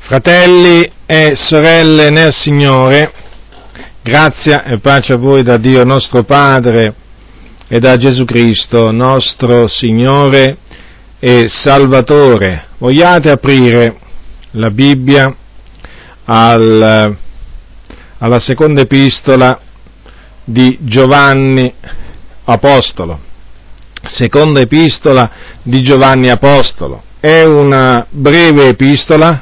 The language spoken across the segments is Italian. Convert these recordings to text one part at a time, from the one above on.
Fratelli e sorelle nel Signore, grazia e pace a voi da Dio nostro Padre e da Gesù Cristo, nostro Signore e Salvatore. Vogliate aprire la Bibbia alla seconda epistola di Giovanni Apostolo. Seconda epistola di Giovanni Apostolo. È una breve epistola,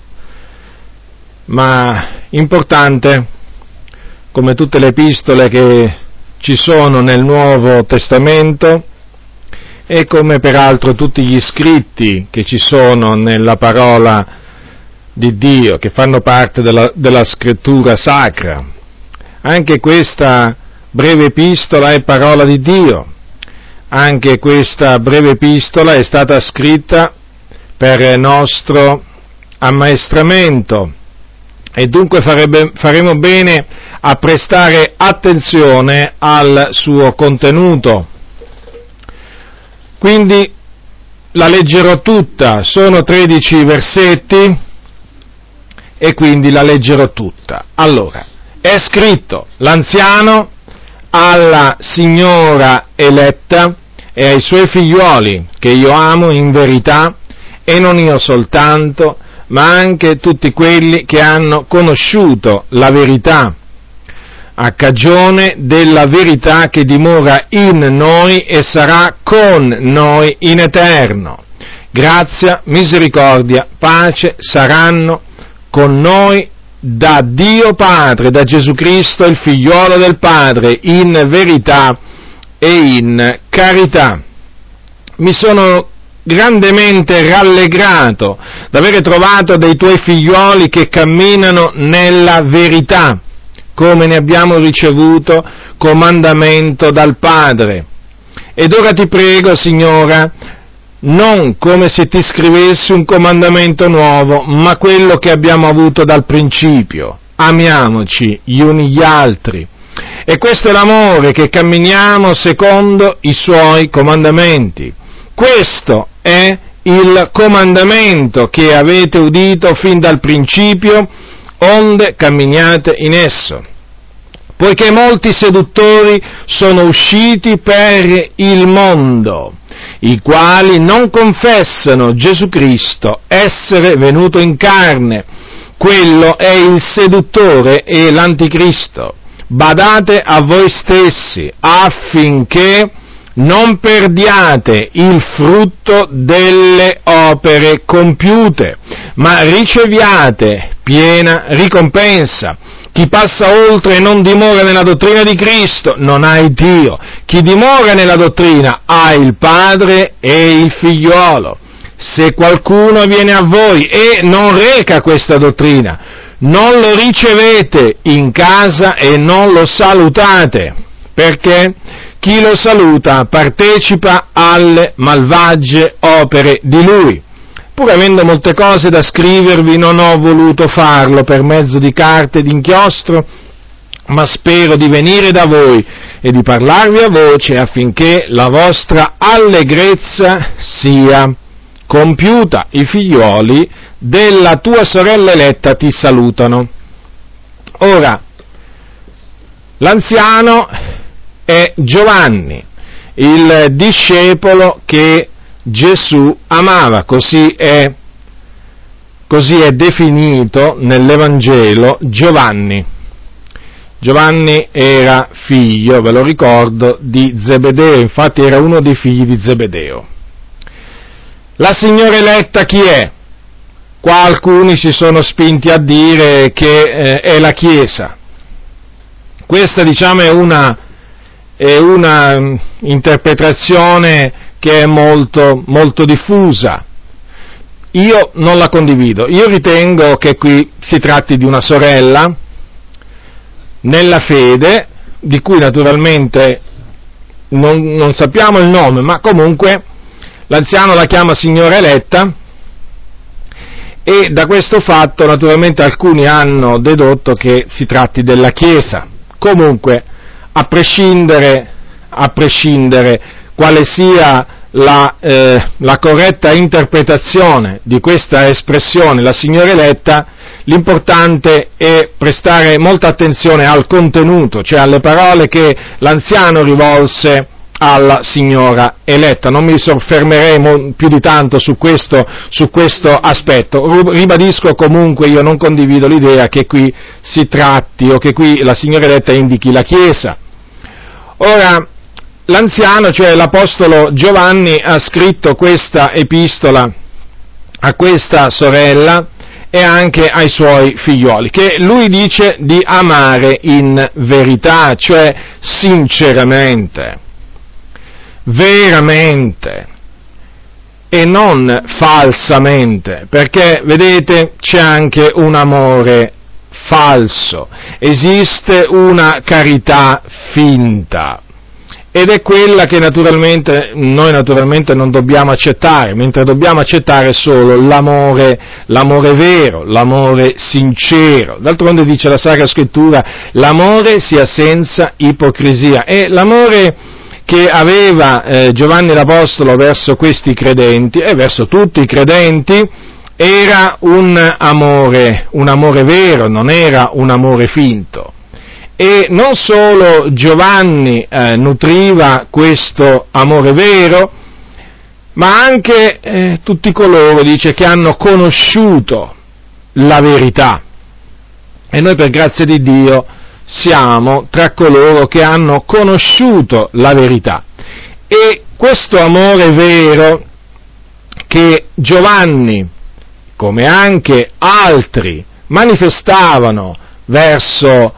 ma importante, come tutte le epistole che ci sono nel Nuovo Testamento e come peraltro tutti gli scritti che ci sono nella parola di Dio, che fanno parte della scrittura sacra. Anche questa breve epistola è parola di Dio. Anche questa breve epistola è stata scritta per nostro ammaestramento. E dunque faremo bene a prestare attenzione al suo contenuto. Quindi la leggerò tutta, sono 13 versetti e quindi la leggerò tutta. Allora, è scritto: l'anziano alla signora eletta e ai suoi figliuoli, che io amo in verità, e non io soltanto, ma anche tutti quelli che hanno conosciuto la verità, a cagione della verità che dimora in noi e sarà con noi in eterno. Grazia, misericordia, pace saranno con noi da Dio Padre, da Gesù Cristo, il Figliolo del Padre, in verità e in carità. Mi sono grandemente rallegrato d'avere trovato dei tuoi figlioli che camminano nella verità, come ne abbiamo ricevuto comandamento dal Padre. Ed ora ti prego, Signora, non come se ti scrivessi un comandamento nuovo, ma quello che abbiamo avuto dal principio: amiamoci gli uni gli altri. E questo è l'amore, che camminiamo secondo i suoi comandamenti. Questo è il comandamento che avete udito fin dal principio, onde camminiate in esso. Poiché molti seduttori sono usciti per il mondo, i quali non confessano Gesù Cristo essere venuto in carne. Quello è il seduttore e l'anticristo. Badate a voi stessi affinché non perdiate il frutto delle opere compiute, ma riceviate piena ricompensa. Chi passa oltre e non dimora nella dottrina di Cristo non ha il Dio. Chi dimora nella dottrina ha il Padre e il Figliolo. Se qualcuno viene a voi e non reca questa dottrina, non lo ricevete in casa e non lo salutate, perché chi lo saluta partecipa alle malvagie opere di lui. Pur avendo molte cose da scrivervi, non ho voluto farlo per mezzo di carte d'inchiostro, ma spero di venire da voi e di parlarvi a voce, affinché la vostra allegrezza sia compiuta. I figliuoli della tua sorella eletta ti salutano. Ora, l'anziano è Giovanni, il discepolo che Gesù amava, così è definito nell'Evangelo Giovanni. Giovanni era figlio, ve lo ricordo, di Zebedeo, infatti era uno dei figli di Zebedeo. La signora eletta chi è? Qua alcuni si sono spinti a dire che è la Chiesa. Questa, diciamo, è una interpretazione che è molto, molto diffusa. Io non la condivido. Io ritengo che qui si tratti di una sorella nella fede, di cui naturalmente non sappiamo il nome, ma comunque l'anziano la chiama signora eletta, e da questo fatto naturalmente alcuni hanno dedotto che si tratti della Chiesa. Comunque, a prescindere quale sia la corretta interpretazione di questa espressione, la signora eletta, l'importante è prestare molta attenzione al contenuto, cioè alle parole che l'anziano rivolse alla signora eletta. Non mi soffermeremo più di tanto su questo aspetto. Ribadisco comunque, io non condivido l'idea che qui si tratti o che qui la signora eletta indichi la Chiesa. Ora, l'anziano, cioè l'apostolo Giovanni, ha scritto questa epistola a questa sorella e anche ai suoi figlioli, che lui dice di amare in verità, cioè sinceramente, veramente, e non falsamente, perché, vedete, c'è anche un amore falso, esiste una carità finta, ed è quella che noi naturalmente non dobbiamo accettare, mentre dobbiamo accettare solo l'amore vero, l'amore sincero. D'altronde dice la Sacra Scrittura, l'amore sia senza ipocrisia, e l'amore che aveva Giovanni l'Apostolo verso questi credenti e verso tutti i credenti era un amore vero, non era un amore finto. E non solo Giovanni nutriva questo amore vero, ma anche tutti coloro, dice, che hanno conosciuto la verità. E noi, per grazia di Dio, siamo tra coloro che hanno conosciuto la verità. E questo amore vero che Giovanni, come anche altri, manifestavano verso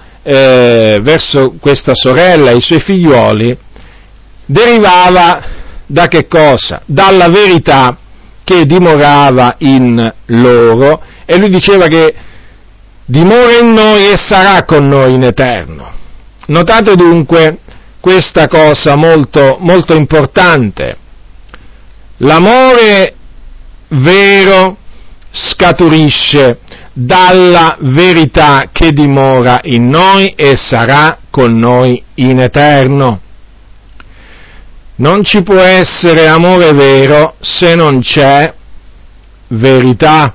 questa sorella e i suoi figlioli, derivava da che cosa? Dalla verità che dimorava in loro, e lui diceva che dimora in noi e sarà con noi in eterno. Notate dunque questa cosa molto, molto importante. L'amore vero scaturisce dalla verità che dimora in noi e sarà con noi in eterno. Non ci può essere amore vero se non c'è verità.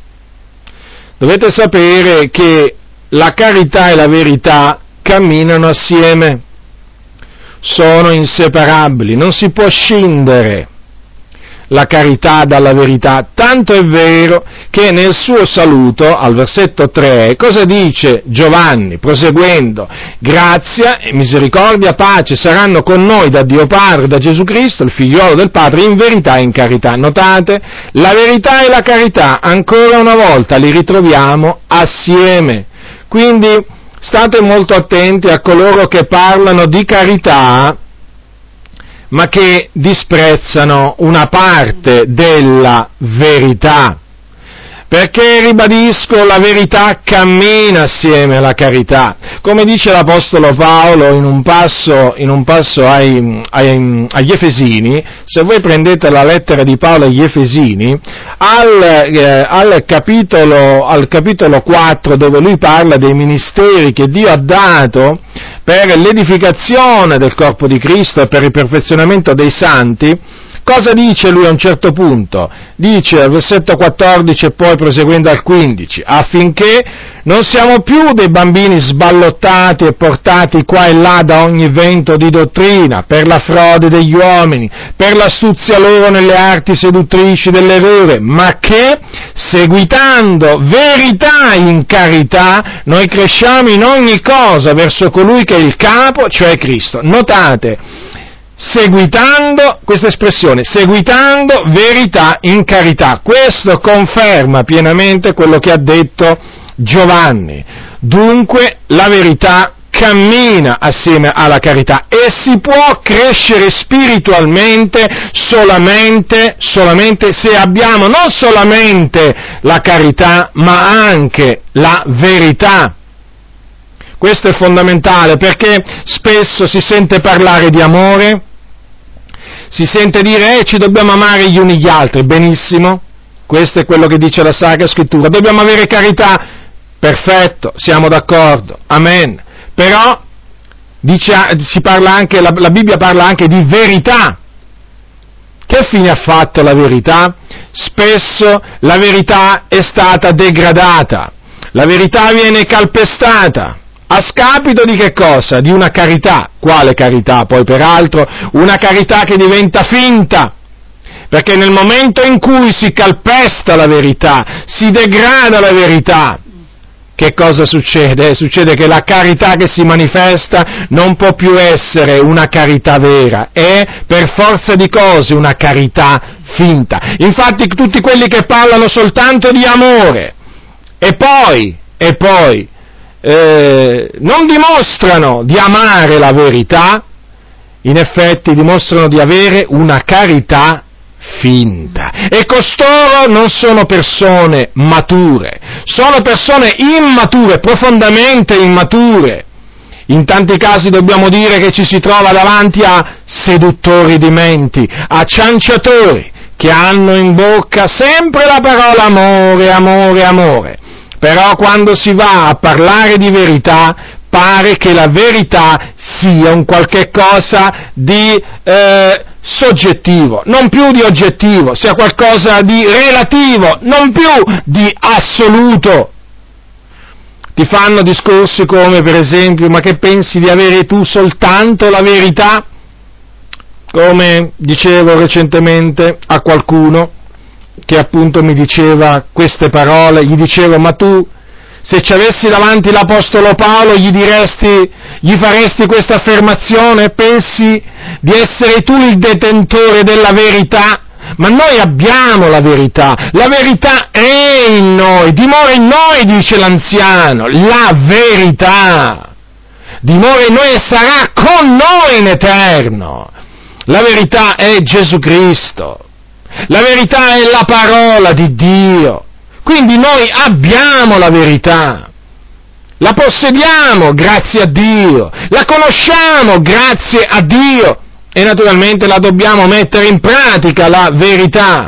Dovete sapere che la carità e la verità camminano assieme, sono inseparabili, non si può scindere la carità dalla verità, tanto è vero che nel suo saluto, al versetto 3, cosa dice Giovanni, proseguendo? Grazia e misericordia, pace saranno con noi da Dio Padre, da Gesù Cristo, il figliolo del Padre, in verità e in carità. Notate? La verità e la carità, ancora una volta, li ritroviamo assieme. Quindi state molto attenti a coloro che parlano di carità, ma che disprezzano una parte della verità, perché, ribadisco, la verità cammina assieme alla carità. Come dice l'Apostolo Paolo in un passo agli Efesini, se voi prendete la lettera di Paolo agli Efesini, al capitolo 4, dove lui parla dei ministeri che Dio ha dato per l'edificazione del corpo di Cristo e per il perfezionamento dei santi, cosa dice lui a un certo punto? Dice al versetto 14 e poi proseguendo al 15, affinché non siamo più dei bambini sballottati e portati qua e là da ogni vento di dottrina, per la frode degli uomini, per l'astuzia loro nelle arti seduttrici dell'errore, ma che, seguitando verità in carità, noi cresciamo in ogni cosa verso colui che è il capo, cioè Cristo. Notate, seguitando, questa espressione, seguitando verità in carità. Questo conferma pienamente quello che ha detto Giovanni. Dunque la verità cammina assieme alla carità e si può crescere spiritualmente solamente se abbiamo non solamente la carità ma anche la verità. Questo è fondamentale perché spesso si sente parlare di amore, si sente dire ci dobbiamo amare gli uni gli altri, benissimo, questo è quello che dice la Sacra Scrittura, dobbiamo avere carità, perfetto, siamo d'accordo, amen, però la Bibbia parla anche di verità, Che fine ha fatto la verità? Spesso la verità è stata degradata, la verità viene calpestata, a scapito di che cosa? Di una carità. Quale carità? Poi peraltro una carità che diventa finta, perché nel momento in cui si calpesta la verità, si degrada la verità, che cosa succede? Succede che la carità che si manifesta non può più essere una carità vera, è per forza di cose una carità finta. Infatti tutti quelli che parlano soltanto di amore e poi non dimostrano di amare la verità, in effetti dimostrano di avere una carità finta. E costoro non sono persone mature, sono persone immature, profondamente immature. In tanti casi dobbiamo dire che ci si trova davanti a seduttori di menti, a cianciatori che hanno in bocca sempre la parola amore, amore, amore. Però quando si va a parlare di verità, pare che la verità sia un qualche cosa di soggettivo, non più di oggettivo, sia qualcosa di relativo, non più di assoluto. Ti fanno discorsi come, per esempio, ma che pensi di avere tu soltanto la verità? Come dicevo recentemente a qualcuno che appunto mi diceva queste parole, gli dicevo, ma tu se ci avessi davanti l'Apostolo Paolo gli faresti questa affermazione? Pensi di essere tu il detentore della verità? Ma noi abbiamo la verità è in noi, dimora in noi, dice l'anziano, la verità dimora in noi e sarà con noi in eterno. La verità è Gesù Cristo, la verità è la parola di Dio, quindi noi abbiamo la verità, la possediamo grazie a Dio, la conosciamo grazie a Dio e naturalmente la dobbiamo mettere in pratica, la verità.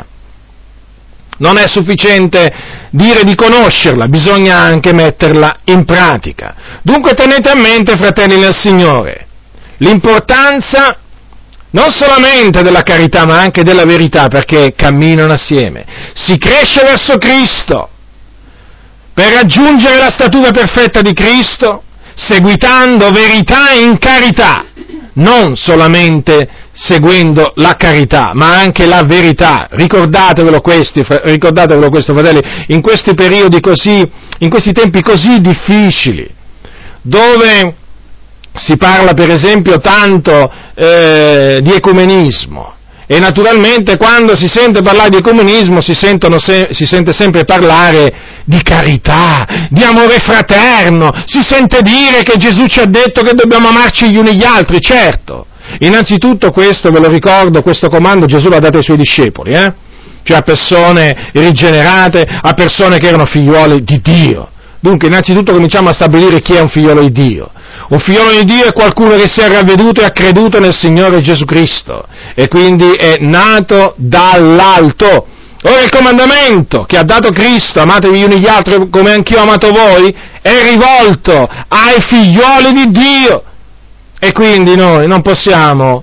Non è sufficiente dire di conoscerla, bisogna anche metterla in pratica. Dunque tenete a mente, fratelli nel Signore, l'importanza non solamente della carità, ma anche della verità, perché camminano assieme. Si cresce verso Cristo per raggiungere la statura perfetta di Cristo, seguitando verità in carità, non solamente seguendo la carità, ma anche la verità. Ricordatevelo questo, fratelli, in questi periodi così, in questi tempi così difficili, dove si parla per esempio tanto di ecumenismo, e naturalmente quando si sente parlare di ecumenismo si sente sempre parlare di carità, di amore fraterno, si sente dire che Gesù ci ha detto che dobbiamo amarci gli uni gli altri. Certo, innanzitutto questo, ve lo ricordo, questo comando Gesù l'ha dato ai suoi discepoli, cioè a persone rigenerate, a persone che erano figliuoli di Dio. Dunque innanzitutto cominciamo a stabilire chi è un figliolo di Dio. Un figliolo di Dio è qualcuno che si è ravveduto e ha creduto nel Signore Gesù Cristo e quindi è nato dall'alto. Ora il comandamento che ha dato Cristo, amatevi gli uni gli altri come anch'io ho amato voi, è rivolto ai figlioli di Dio. E quindi noi non possiamo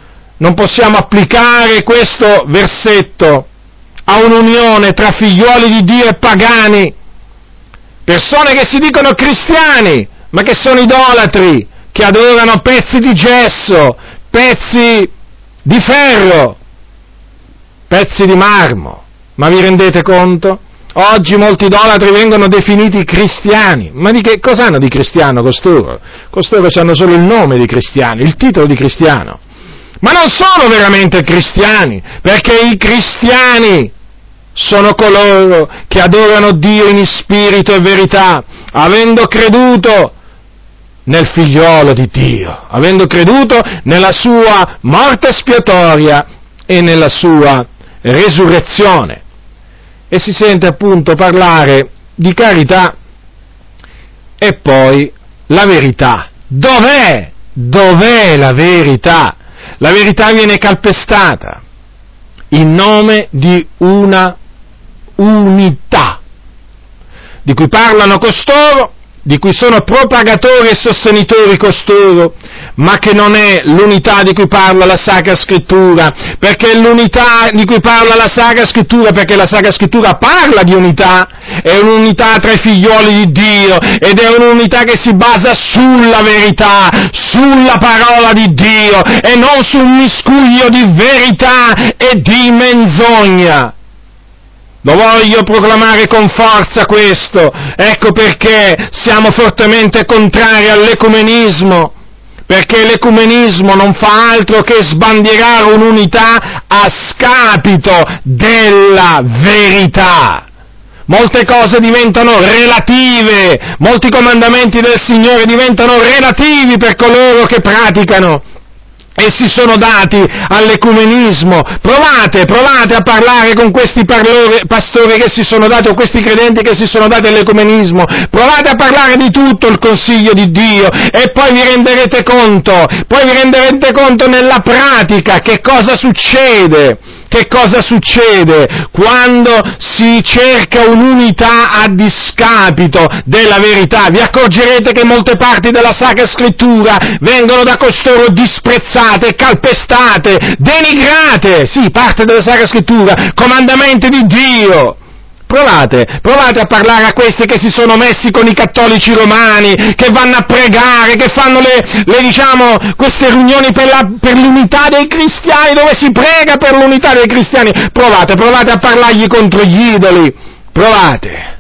applicare questo versetto a un'unione tra figlioli di Dio e pagani, persone che si dicono cristiani, ma che sono idolatri, che adorano pezzi di gesso, pezzi di ferro, pezzi di marmo. Ma vi rendete conto? Oggi molti idolatri vengono definiti cristiani. Ma di che cosa hanno di cristiano costoro? Costoro hanno solo il nome di cristiano, il titolo di cristiano. Ma non sono veramente cristiani, perché i cristiani sono coloro che adorano Dio in spirito e verità, avendo creduto nel figliolo di Dio, avendo creduto nella sua morte espiatoria e nella sua resurrezione. E si sente appunto parlare di carità e poi la verità. Dov'è? Dov'è la verità? La verità viene calpestata in nome di una unità, di cui parlano costoro, di cui sono propagatori e sostenitori costoro, ma che non è l'unità di cui parla la Sacra Scrittura, perché l'unità di cui parla la Sacra Scrittura, perché la Sacra Scrittura parla di unità, è un'unità tra i figlioli di Dio, ed è un'unità che si basa sulla verità, sulla parola di Dio, e non su un miscuglio di verità e di menzogna. Lo voglio proclamare con forza questo, ecco perché siamo fortemente contrari all'ecumenismo, perché l'ecumenismo non fa altro che sbandierare un'unità a scapito della verità. Molte cose diventano relative, molti comandamenti del Signore diventano relativi per coloro che praticano e si sono dati all'ecumenismo. Provate a parlare con questi pastori che si sono dati, o questi credenti che si sono dati all'ecumenismo, provate a parlare di tutto il consiglio di Dio, e poi vi renderete conto nella pratica che cosa succede. Che cosa succede quando si cerca un'unità a discapito della verità? Vi accorgerete che molte parti della Sacra Scrittura vengono da costoro disprezzate, calpestate, denigrate. Sì, parte della Sacra Scrittura, comandamenti di Dio. Provate a parlare a questi che si sono messi con i cattolici romani, che vanno a pregare, che fanno queste riunioni per l'unità dei cristiani, dove si prega per l'unità dei cristiani. Provate a parlargli contro gli idoli. Provate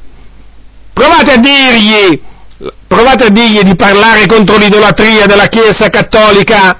a dirgli di parlare contro l'idolatria della Chiesa Cattolica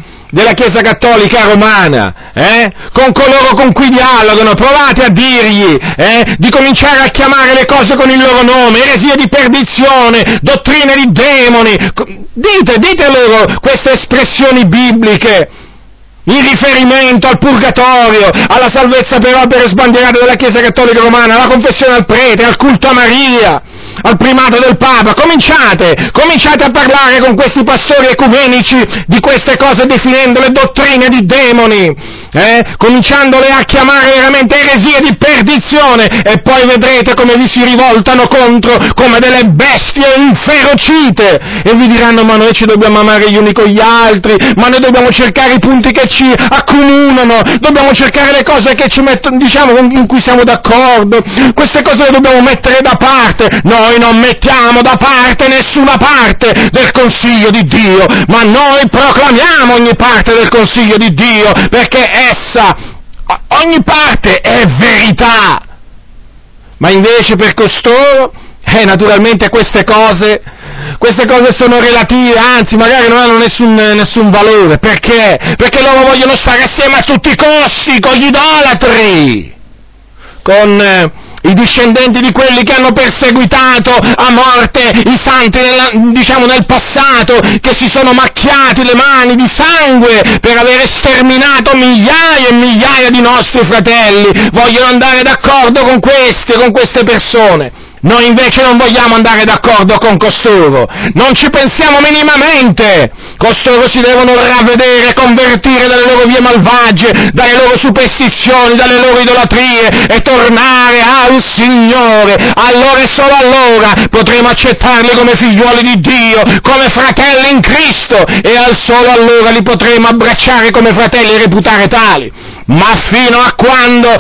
romana, con coloro con cui dialogano. Provate a dirgli di cominciare a chiamare le cose con il loro nome: eresia di perdizione, dottrine di demoni. Dite loro queste espressioni bibliche in riferimento al purgatorio, alla salvezza per opere sbandierate della Chiesa Cattolica Romana, alla confessione al prete, al culto a Maria, al primato del Papa. Cominciate a parlare con questi pastori ecumenici di queste cose, definendole dottrine di demoni, cominciandole a chiamare veramente eresie di perdizione, e poi vedrete come vi si rivoltano contro come delle bestie inferocite, e vi diranno: ma noi ci dobbiamo amare gli uni con gli altri, ma noi dobbiamo cercare i punti che ci accomunano, dobbiamo cercare le cose che ci mettono, in cui siamo d'accordo, queste cose le dobbiamo mettere da parte. Noi non mettiamo da parte nessuna parte del consiglio di Dio, ma noi proclamiamo ogni parte del consiglio di Dio, perché ogni parte è verità. Ma invece per costoro, naturalmente queste cose sono relative, anzi magari non hanno nessun valore. Perché? Perché loro vogliono stare assieme a tutti i costi con gli idolatri, con i discendenti di quelli che hanno perseguitato a morte i santi nel passato, che si sono macchiati le mani di sangue per aver sterminato migliaia e migliaia di nostri fratelli. Vogliono andare d'accordo con queste persone. Noi invece non vogliamo andare d'accordo con costoro, non ci pensiamo minimamente. Costoro si devono ravvedere, convertire dalle loro vie malvagie, dalle loro superstizioni, dalle loro idolatrie, e tornare al Signore. Allora e solo allora potremo accettarli come figliuoli di Dio, come fratelli in Cristo, e solo allora li potremo abbracciare come fratelli e reputare tali. Ma fino a quando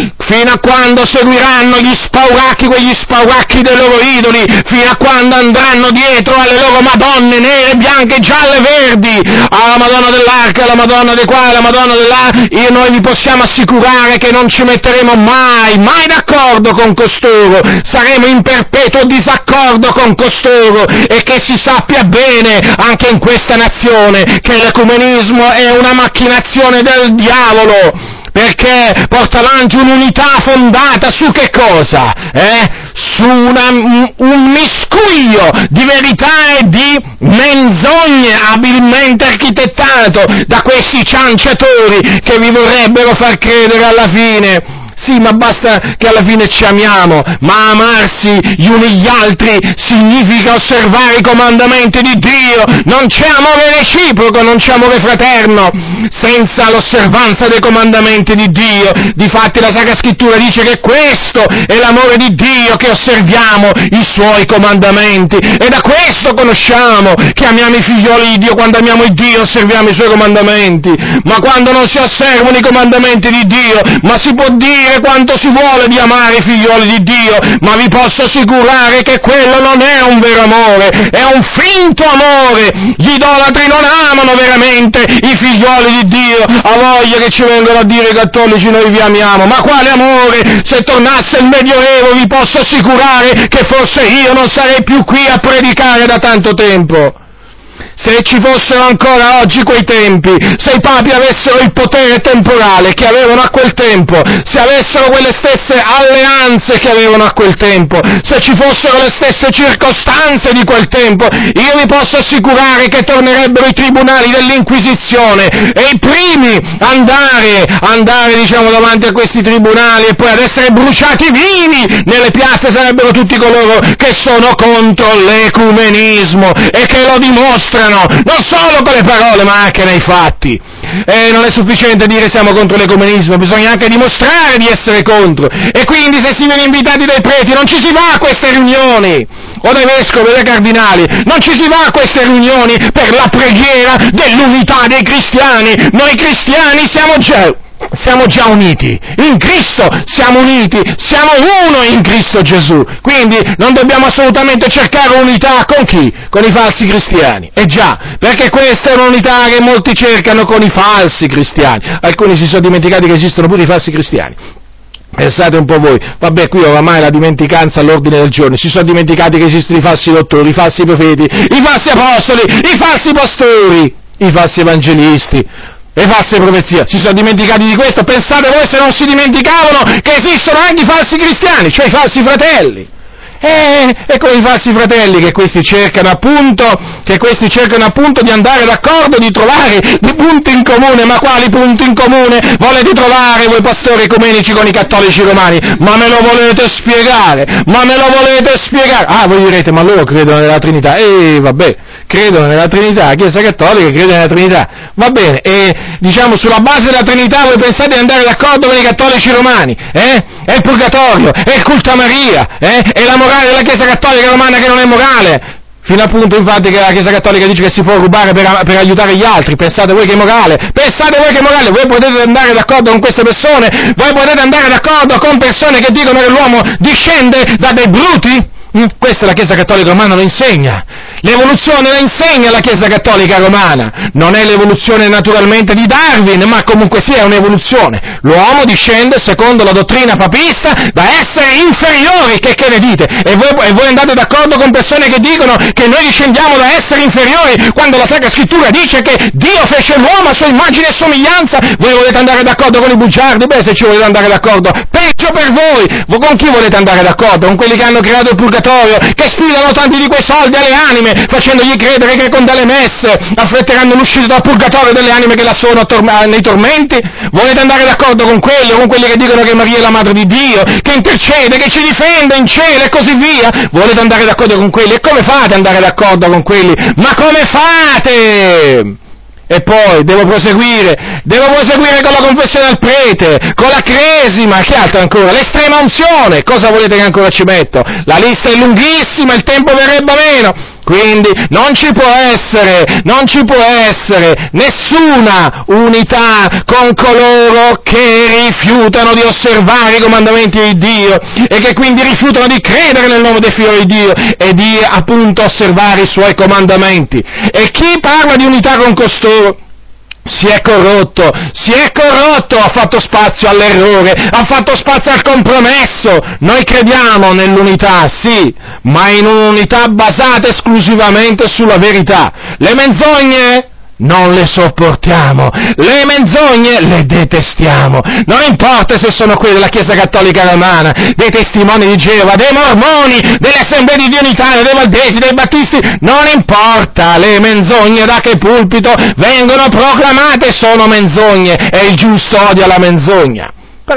seguiranno quegli spauracchi dei loro idoli, fino a quando andranno dietro alle loro madonne nere, bianche, gialle, verdi, alla Madonna dell'Arca, alla Madonna di qua, alla Madonna di là, noi vi possiamo assicurare che non ci metteremo mai d'accordo con costoro, saremo in perpetuo disaccordo con costoro, e che si sappia bene anche in questa nazione che l'ecumenismo è una macchinazione del diavolo, perché porta avanti un'unità fondata su che cosa? Su un miscuglio di verità e di menzogne abilmente architettato da questi cianciatori che vi vorrebbero far credere alla fine Sì, ma basta che alla fine ci amiamo, ma amarsi gli uni gli altri significa osservare i comandamenti di Dio. Non c'è amore reciproco, non c'è amore fraterno senza l'osservanza dei comandamenti di Dio. Difatti la Sacra Scrittura dice che questo è l'amore di Dio, che osserviamo i Suoi comandamenti, e da questo conosciamo che amiamo i figlioli di Dio, quando amiamo il Dio osserviamo i Suoi comandamenti. Ma quando non si osservano i comandamenti di Dio, ma si può dire quanto si vuole di amare i figlioli di Dio, ma vi posso assicurare che quello non è un vero amore, è un finto amore. Gli idolatri non amano veramente i figlioli di Dio. A voglia che ci vengono a dire i cattolici noi vi amiamo, ma quale amore? Se tornasse il Medioevo vi posso assicurare che forse io non sarei più qui a predicare da tanto tempo. Se ci fossero ancora oggi quei tempi, se i papi avessero il potere temporale che avevano a quel tempo, se avessero quelle stesse alleanze che avevano a quel tempo, se ci fossero le stesse circostanze di quel tempo, io vi posso assicurare che tornerebbero i tribunali dell'Inquisizione e i primi andare diciamo davanti a questi tribunali e poi ad essere bruciati vivi nelle piazze sarebbero tutti coloro che sono contro l'ecumenismo e che lo dimostrano non solo con le parole ma anche nei fatti. Non è sufficiente dire siamo contro l'ecumenismo, bisogna anche dimostrare di essere contro, e quindi se si viene invitati dai preti non ci si va a queste riunioni, o dai vescovi o dai cardinali, non ci si va a queste riunioni per la preghiera dell'unità dei cristiani. Noi cristiani siamo già uniti, in Cristo siamo uniti, siamo uno in Cristo Gesù, quindi non dobbiamo assolutamente cercare unità con chi? Con i falsi cristiani, già, perché questa è un'unità che molti cercano con i falsi cristiani, alcuni si sono dimenticati che esistono pure i falsi cristiani. Pensate un po' voi, vabbè, qui oramai la dimenticanza all'ordine del giorno, si sono dimenticati che esistono i falsi dottori, i falsi profeti, i falsi apostoli, i falsi pastori, i falsi evangelisti, le false profezie, si sono dimenticati di questo. Pensate voi se non si dimenticavano che esistono anche i falsi cristiani, cioè i falsi fratelli. E con i falsi fratelli che questi cercano appunto di andare d'accordo, di trovare dei punti in comune. Ma quali punti in comune volete trovare voi pastori ecumenici con i cattolici romani? Ma me lo volete spiegare? Ah, voi direte, ma loro credono nella Trinità. Vabbè, credono nella Trinità, la Chiesa Cattolica crede nella Trinità. Va bene, e diciamo sulla base della Trinità voi pensate di andare d'accordo con i cattolici romani? È il purgatorio, è il culto a Maria, è la morale della Chiesa Cattolica Romana che non è morale, fino a punto infatti che la Chiesa Cattolica dice che si può rubare per aiutare gli altri. Pensate voi che è morale? Voi potete andare d'accordo con queste persone? Voi potete andare d'accordo con persone che dicono che l'uomo discende da dei bruti? Questa la Chiesa Cattolica Romana lo insegna. L'evoluzione la insegna la Chiesa Cattolica Romana. Non è l'evoluzione naturalmente di Darwin, ma comunque sia un'evoluzione. L'uomo discende secondo la dottrina papista da esseri inferiori. Che ne dite? E voi andate d'accordo con persone che dicono che noi discendiamo da esseri inferiori quando la Sacra Scrittura dice che Dio fece l'uomo a sua immagine e somiglianza? Voi volete andare d'accordo con i bugiardi? Se ci volete andare d'accordo, peggio per voi. Voi con chi volete andare d'accordo? Con quelli che hanno creato il purgatorio, che sfidano tanti di quei soldi alle anime, facendogli credere che con delle messe affretteranno l'uscita dal purgatorio delle anime che là sono nei tormenti? Volete andare d'accordo con quelli, o con quelli che dicono che Maria è la Madre di Dio, che intercede, che ci difende in cielo e così via? Volete andare d'accordo con quelli? E come fate ad andare d'accordo con quelli? Ma come fate? E poi devo proseguire con la confessione al prete, con la cresima, che altro ancora? L'estrema unzione, cosa volete che ancora ci metto? La lista è lunghissima, il tempo verrebbe meno. Quindi non ci può essere nessuna unità con coloro che rifiutano di osservare i comandamenti di Dio e che quindi rifiutano di credere nel nome del Figlio di Dio e di appunto osservare i Suoi comandamenti. E chi parla di unità con costoro si è corrotto, ha fatto spazio all'errore, ha fatto spazio al compromesso. Noi crediamo nell'unità, sì, ma in un'unità basata esclusivamente sulla verità. Le menzogne non le sopportiamo, le menzogne le detestiamo, non importa se sono quelle della Chiesa Cattolica Romana, dei Testimoni di Geova, dei Mormoni, delle Assemblee di Dio in Italia, dei Valdesi, dei Battisti, non importa, le menzogne da che pulpito vengono proclamate sono menzogne e il giusto odia la menzogna. Però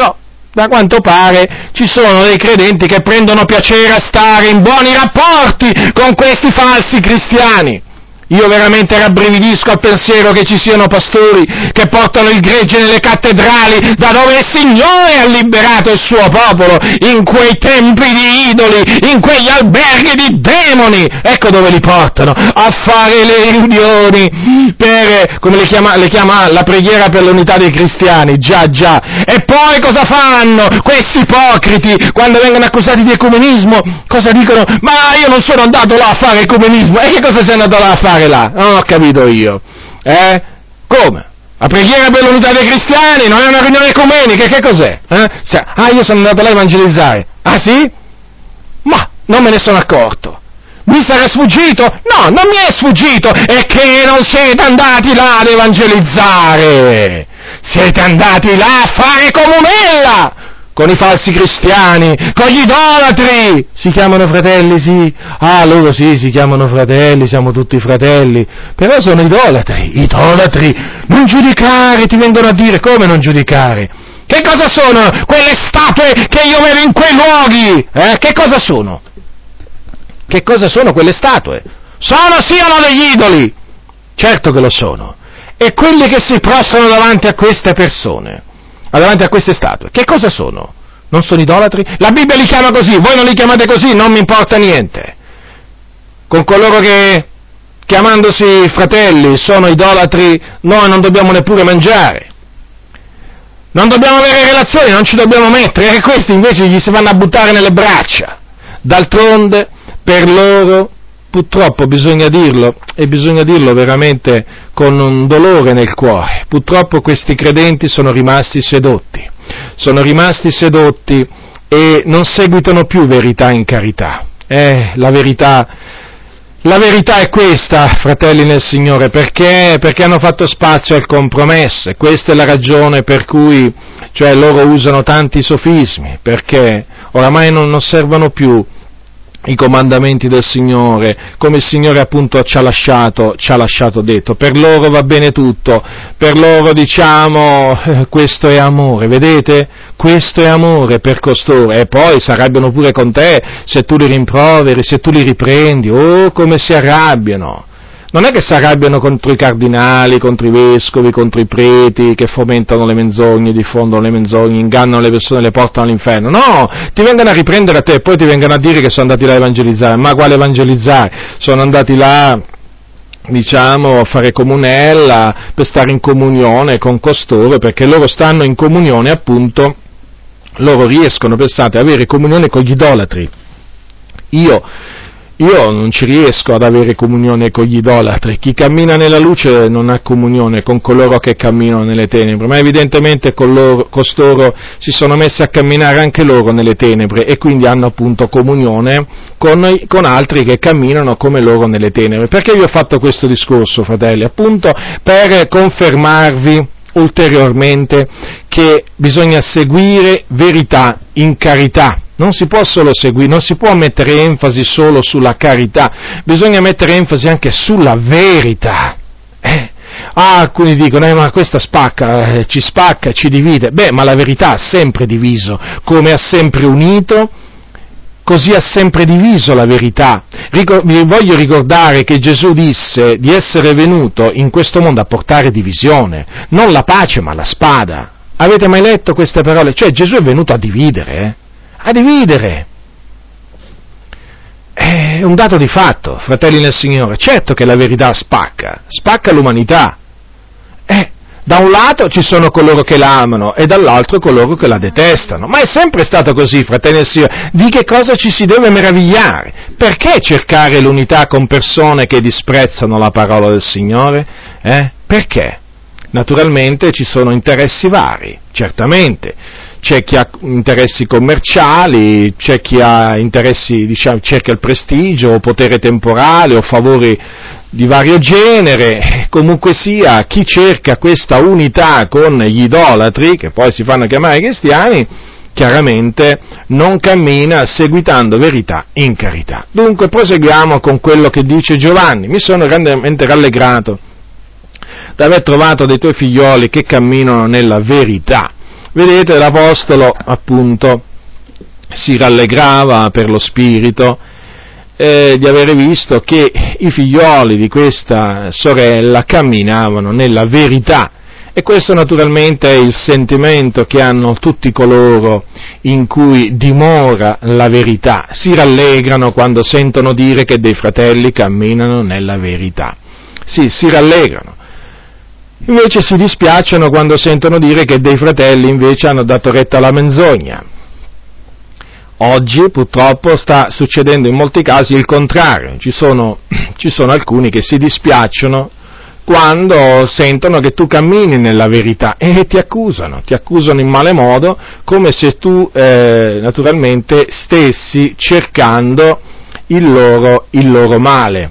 Da quanto pare ci sono dei credenti che prendono piacere a stare in buoni rapporti con questi falsi cristiani. Io veramente rabbrividisco al pensiero che ci siano pastori che portano il gregge nelle cattedrali da dove il Signore ha liberato il suo popolo, in quei templi di idoli, in quegli alberghi di demoni. Ecco dove li portano, a fare le riunioni per, come le chiama la preghiera per l'unità dei cristiani, già. E poi cosa fanno questi ipocriti quando vengono accusati di ecumenismo? Cosa dicono? Ma io non sono andato là a fare ecumenismo. E che cosa sei andato là a fare là? Non ho capito io. Come? La preghiera per l'unità dei cristiani non è una riunione ecumenica, che cos'è? Io sono andato là a evangelizzare. Ah sì? Ma non me ne sono accorto. Mi sarà sfuggito? No, non mi è sfuggito, è che non siete andati là ad evangelizzare, siete andati là a fare comunella con i falsi cristiani, con gli idolatri. Si chiamano fratelli, sì. Ah, loro sì, si chiamano fratelli, siamo tutti fratelli, però sono idolatri. Non giudicare, ti vengono a dire. Come non giudicare? Che cosa sono quelle statue che io vedo in quei luoghi? Che cosa sono? Che cosa sono quelle statue? Siano degli idoli! Certo che lo sono. E quelli che si prostrano davanti a queste persone, davanti a queste statue, che cosa sono? Non sono idolatri? La Bibbia li chiama così, voi non li chiamate così, non mi importa niente. Con coloro che, chiamandosi fratelli, sono idolatri, noi non dobbiamo neppure mangiare. Non dobbiamo avere relazioni, non ci dobbiamo mettere, e questi invece gli si vanno a buttare nelle braccia. D'altronde, per loro, purtroppo bisogna dirlo, e bisogna dirlo veramente con un dolore nel cuore, purtroppo questi credenti sono rimasti sedotti e non seguitano più verità in carità. La verità è questa, fratelli nel Signore, perché hanno fatto spazio al compromesso, e questa è la ragione per cui, loro usano tanti sofismi, perché oramai non osservano più i comandamenti del Signore, come il Signore appunto ci ha lasciato detto. Per loro va bene tutto, per loro questo è amore, vedete? Questo è amore per costoro, e poi si arrabbiano pure con te se tu li rimproveri, se tu li riprendi, come si arrabbiano. Non è che si arrabbiano contro i cardinali, contro i vescovi, contro i preti che fomentano le menzogne, diffondono le menzogne, ingannano le persone e le portano all'inferno. No, ti vengono a riprendere a te e poi ti vengono a dire che sono andati là a evangelizzare. Ma quale evangelizzare? Sono andati là, a fare comunella, per stare in comunione con costoro, perché loro stanno in comunione, appunto, loro riescono, pensate, ad avere comunione con gli idolatri. Io non ci riesco ad avere comunione con gli idolatri. Chi cammina nella luce non ha comunione con coloro che camminano nelle tenebre, ma evidentemente costoro si sono messi a camminare anche loro nelle tenebre e quindi hanno appunto comunione con altri che camminano come loro nelle tenebre. Perché vi ho fatto questo discorso, fratelli? Appunto per confermarvi ulteriormente che bisogna seguire verità in carità. Non si può solo seguire, non si può mettere enfasi solo sulla carità, bisogna mettere enfasi anche sulla verità. Alcuni dicono, ma questa spacca, ci divide. Ma la verità ha sempre diviso, come ha sempre unito, così ha sempre diviso la verità. Vi voglio ricordare che Gesù disse di essere venuto in questo mondo a portare divisione, non la pace ma la spada. Avete mai letto queste parole? Gesù è venuto a dividere, a dividere. È un dato di fatto, fratelli nel Signore. Certo che la verità spacca l'umanità. Da un lato ci sono coloro che la amano e dall'altro coloro che la detestano. Ma è sempre stato così, fratelli nel Signore. Di che cosa ci si deve meravigliare? Perché cercare l'unità con persone che disprezzano la parola del Signore? Perché? Naturalmente ci sono interessi vari, certamente. C'è chi ha interessi commerciali, c'è chi ha interessi, cerca il prestigio, o potere temporale, o favori di vario genere. Comunque sia, chi cerca questa unità con gli idolatri, che poi si fanno chiamare cristiani, chiaramente non cammina seguitando verità in carità. Dunque proseguiamo con quello che dice Giovanni. Mi sono grandemente rallegrato d'aver trovato dei tuoi figlioli che camminano nella verità. vedete, l'Apostolo, appunto, si rallegrava per lo Spirito di avere visto che i figlioli di questa sorella camminavano nella verità. E questo naturalmente è il sentimento che hanno tutti coloro in cui dimora la verità. Si rallegrano quando sentono dire che dei fratelli camminano nella verità. Sì, si rallegrano. Invece si dispiacciono quando sentono dire che dei fratelli invece hanno dato retta alla menzogna. Oggi purtroppo sta succedendo in molti casi il contrario. Ci sono alcuni che si dispiacciono quando sentono che tu cammini nella verità e ti accusano in male modo, come se tu naturalmente stessi cercando il loro male.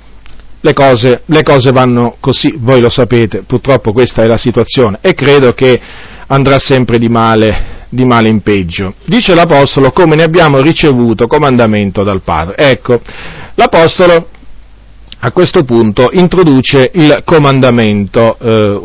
Le cose vanno così, voi lo sapete, purtroppo questa è la situazione e credo che andrà sempre di male in peggio. Dice l'Apostolo: come ne abbiamo ricevuto comandamento dal Padre. Ecco, l'Apostolo a questo punto introduce il comandamento,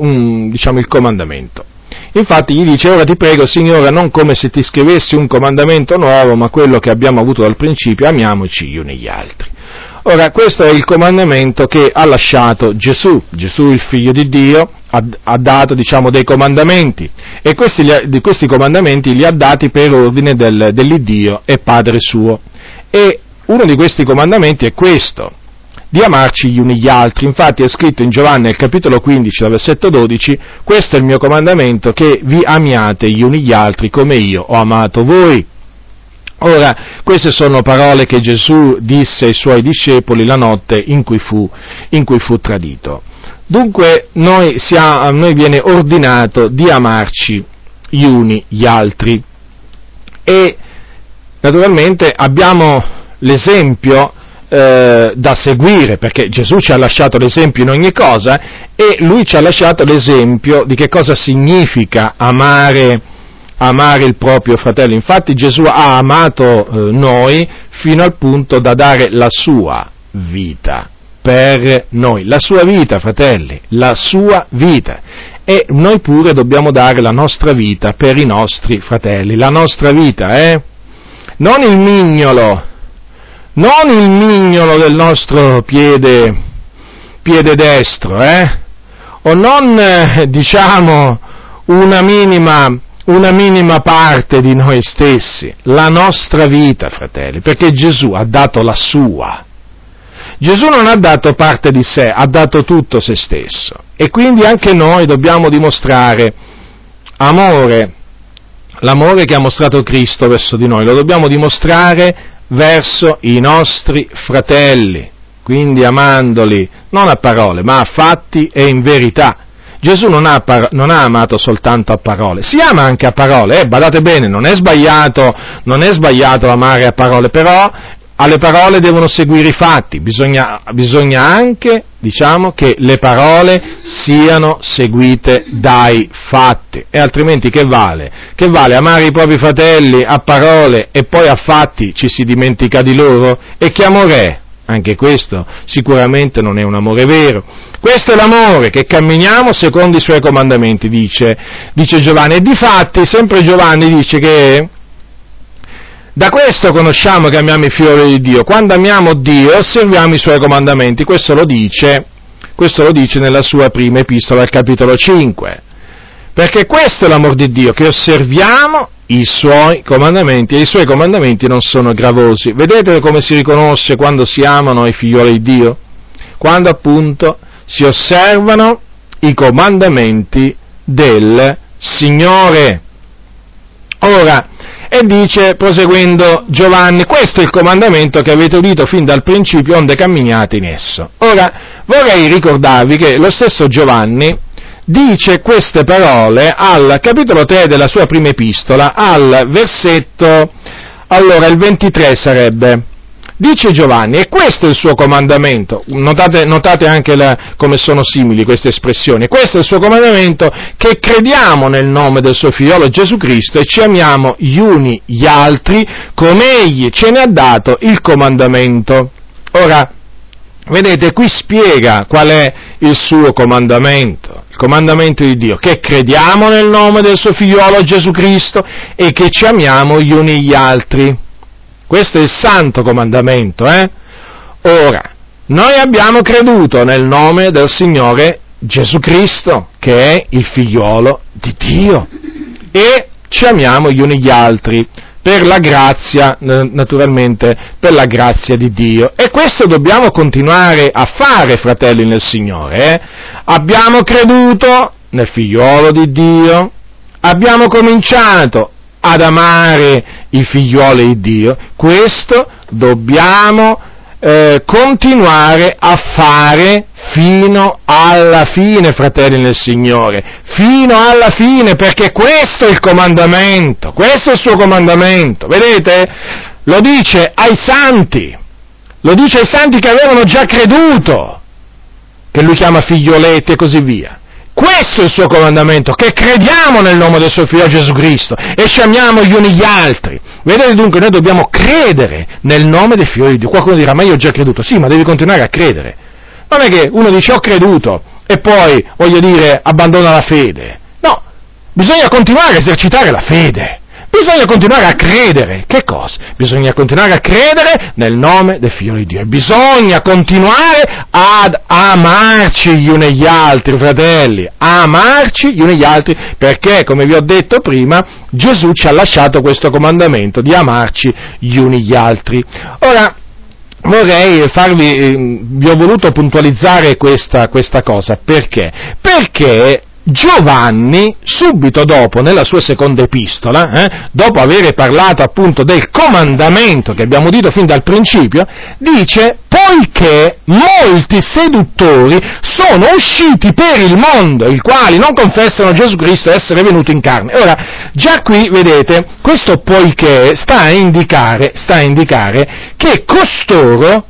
il comandamento. Infatti gli dice: ora ti prego, Signore, non come se ti scrivessi un comandamento nuovo, ma quello che abbiamo avuto dal principio, amiamoci gli uni gli altri. Ora, questo è il comandamento che ha lasciato Gesù, il Figlio di Dio, ha dato, dei comandamenti, e questi comandamenti li ha dati per ordine dell'Iddio e Padre suo. E uno di questi comandamenti è questo, di amarci gli uni gli altri. Infatti è scritto in Giovanni, al capitolo 15, dal versetto 12, questo è il mio comandamento, che vi amiate gli uni gli altri come io ho amato voi. Ora, queste sono parole che Gesù disse ai suoi discepoli la notte in cui fu tradito. Dunque, a noi viene ordinato di amarci gli uni gli altri. E, naturalmente, abbiamo l'esempio da seguire, perché Gesù ci ha lasciato l'esempio in ogni cosa, e Lui ci ha lasciato l'esempio di che cosa significa amare il proprio fratello. Infatti Gesù ha amato noi fino al punto da dare la sua vita per noi, la sua vita, fratelli, la sua vita. E noi pure dobbiamo dare la nostra vita per i nostri fratelli, la nostra vita, non il mignolo del nostro piede destro, o non, una minima parte di noi stessi, la nostra vita, fratelli, perché Gesù ha dato la sua. Gesù non ha dato parte di sé, ha dato tutto se stesso. E quindi anche noi dobbiamo dimostrare amore, l'amore che ha mostrato Cristo verso di noi, lo dobbiamo dimostrare verso i nostri fratelli, quindi amandoli non a parole, ma a fatti e in verità. Gesù non ha amato soltanto a parole, si ama anche a parole, badate bene, non è sbagliato amare a parole, però alle parole devono seguire i fatti, bisogna anche, che le parole siano seguite dai fatti, e altrimenti che vale? Che vale amare i propri fratelli a parole e poi a fatti ci si dimentica di loro? E che amore è? Anche questo sicuramente non è un amore vero. Questo è l'amore, che camminiamo secondo i suoi comandamenti, dice Giovanni. E difatti, sempre Giovanni dice che da questo conosciamo che amiamo i figli di Dio, quando amiamo Dio e osserviamo i suoi comandamenti. Questo lo dice nella sua prima epistola al capitolo 5. Perché questo è l'amor di Dio, che osserviamo i suoi comandamenti, e i suoi comandamenti non sono gravosi. Vedete come si riconosce quando si amano i figlioli di Dio? Quando appunto si osservano i comandamenti del Signore. Ora, e dice, proseguendo Giovanni, questo è il comandamento che avete udito fin dal principio, onde camminiate in esso. Ora, vorrei ricordarvi che lo stesso Giovanni dice queste parole al capitolo 3 della sua prima epistola, al versetto, il 23 sarebbe. Dice Giovanni, e questo è il suo comandamento, notate anche come sono simili queste espressioni, questo è il suo comandamento, che crediamo nel nome del suo figliolo Gesù Cristo e ci amiamo gli uni gli altri come Egli ce ne ha dato il comandamento. Ora, vedete, qui spiega qual è il suo comandamento. Il comandamento di Dio, che crediamo nel nome del suo figliolo Gesù Cristo e che ci amiamo gli uni gli altri. Questo è il santo comandamento, Ora, noi abbiamo creduto nel nome del Signore Gesù Cristo, che è il figliolo di Dio, e ci amiamo gli uni gli altri, per la grazia, naturalmente, per la grazia di Dio. E questo dobbiamo continuare a fare, fratelli nel Signore. Abbiamo creduto nel figliolo di Dio, abbiamo cominciato ad amare i figlioli di Dio, questo dobbiamo continuare a fare fino alla fine, fratelli nel Signore, fino alla fine, perché questo è il comandamento, questo è il suo comandamento, vedete? Lo dice ai santi che avevano già creduto, che lui chiama figlioletti e così via. Questo è il suo comandamento, che crediamo nel nome del suo figlio Gesù Cristo e ci amiamo gli uni gli altri. Vedete dunque, noi dobbiamo credere nel nome del figlio di Dio. Qualcuno dirà, ma io ho già creduto. Sì, ma devi continuare a credere. Non è che uno dice ho creduto e poi, voglio dire, abbandona la fede. No, bisogna continuare a esercitare la fede. Bisogna continuare a credere. Che cosa? Bisogna continuare a credere nel nome del Figlio di Dio. E bisogna continuare ad amarci gli uni gli altri, fratelli. Amarci gli uni gli altri, perché, come vi ho detto prima, Gesù ci ha lasciato questo comandamento di amarci gli uni gli altri. Ora, vi ho voluto puntualizzare questa cosa. Perché? Perché Giovanni, subito dopo, nella sua seconda epistola, dopo aver parlato appunto del comandamento che abbiamo udito fin dal principio, dice, poiché molti seduttori sono usciti per il mondo, i quali non confessano Gesù Cristo essere venuto in carne. Ora, già qui, vedete, questo poiché sta a indicare che costoro,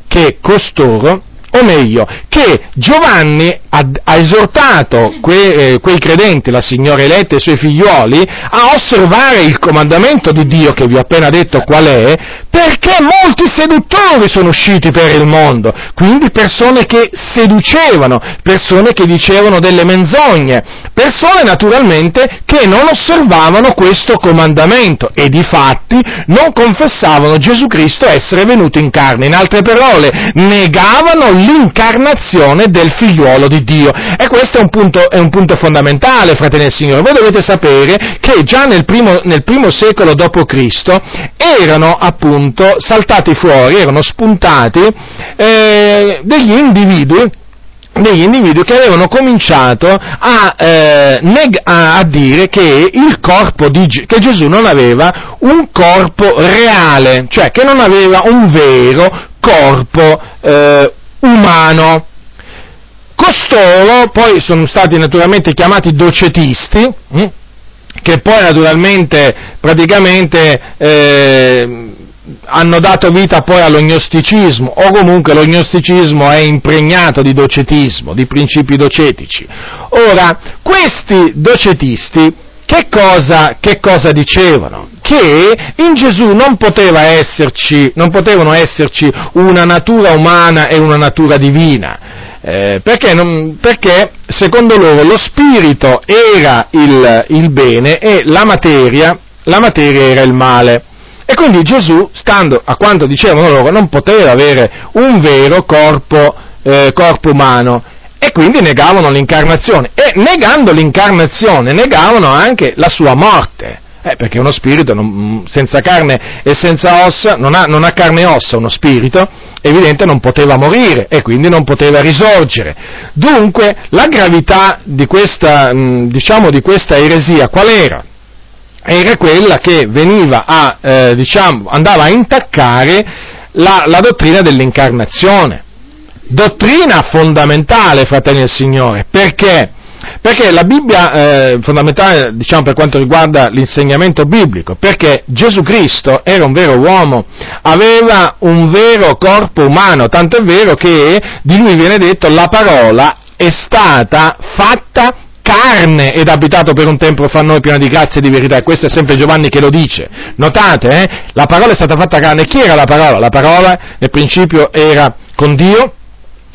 o meglio, che Giovanni ha esortato quei credenti, la signora eletta e i suoi figlioli, a osservare il comandamento di Dio, che vi ho appena detto qual è, perché molti seduttori sono usciti per il mondo, quindi persone che seducevano, persone che dicevano delle menzogne, persone naturalmente che non osservavano questo comandamento e difatti non confessavano Gesù Cristo essere venuto in carne, in altre parole, negavano l'incarnazione del figliuolo di Dio. E questo è un punto fondamentale, fratelli del Signore. Voi dovete sapere che già nel primo secolo d.C. erano appunto saltati fuori, erano spuntati degli individui che avevano cominciato a dire che il corpo che Gesù non aveva un corpo reale, cioè che non aveva un vero corpo umano. Costoro poi sono stati naturalmente chiamati docetisti, che poi naturalmente praticamente hanno dato vita poi all'ognosticismo, o comunque l'ognosticismo è impregnato di docetismo, di principi docetici. Ora, questi docetisti che cosa dicevano? Che in Gesù non potevano esserci una natura umana e una natura divina. Perché secondo loro lo spirito era il bene e la materia era il male. E quindi Gesù, stando a quanto dicevano loro, non poteva avere un vero corpo umano, e quindi negavano l'incarnazione. E negando l'incarnazione, negavano anche la sua morte. Perché uno spirito senza carne e senza ossa, non ha carne e ossa, uno spirito, evidente non poteva morire e quindi non poteva risorgere. Dunque, la gravità di questa eresia qual era? Era quella che andava a intaccare la dottrina dell'incarnazione. Dottrina fondamentale, fratelli del Signore, perché? Perché la Bibbia è fondamentale, per quanto riguarda l'insegnamento biblico, perché Gesù Cristo era un vero uomo, aveva un vero corpo umano, tanto è vero che di lui viene detto la parola è stata fatta carne ed abitato per un tempo fra noi piena di grazia e di verità, e questo è sempre Giovanni che lo dice. Notate, la parola è stata fatta carne. Chi era la parola? La parola nel principio era con Dio,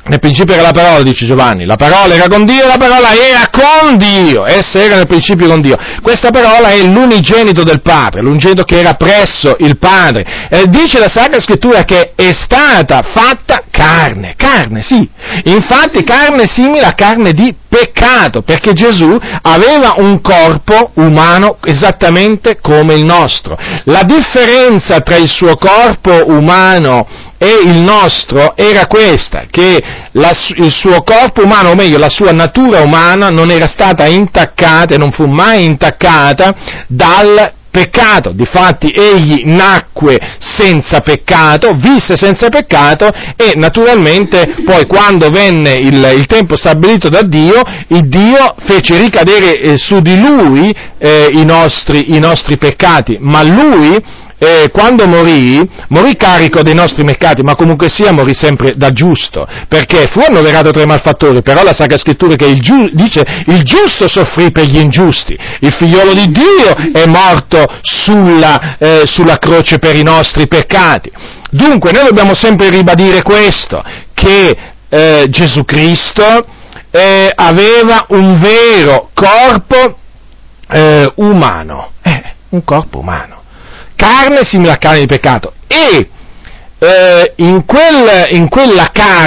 Nel principio era la parola, dice Giovanni, la parola era con Dio, la parola era con Dio, essa era nel principio con Dio. Questa parola è l'unigenito del Padre, l'unigenito che era presso il Padre. Dice la Sacra Scrittura che è stata fatta carne, sì. Infatti carne simile a carne di peccato, perché Gesù aveva un corpo umano esattamente come il nostro. La differenza tra il suo corpo umano e il nostro era questa, che il suo corpo umano, o meglio la sua natura umana, non era stata intaccata e non fu mai intaccata dal peccato. Difatti egli nacque senza peccato, visse senza peccato e naturalmente poi quando venne il tempo stabilito da Dio, il Dio fece ricadere su di lui i nostri peccati, ma lui quando morì carico dei nostri peccati, ma comunque sia morì sempre da giusto, perché fu annoverato tra i malfattori, però la Sacra Scrittura che dice il giusto soffrì per gli ingiusti, il figliolo di Dio è morto sulla croce per i nostri peccati. Dunque noi dobbiamo sempre ribadire questo, che Gesù Cristo aveva un vero corpo umano, un corpo umano. Carne simile a carne di peccato, e in quella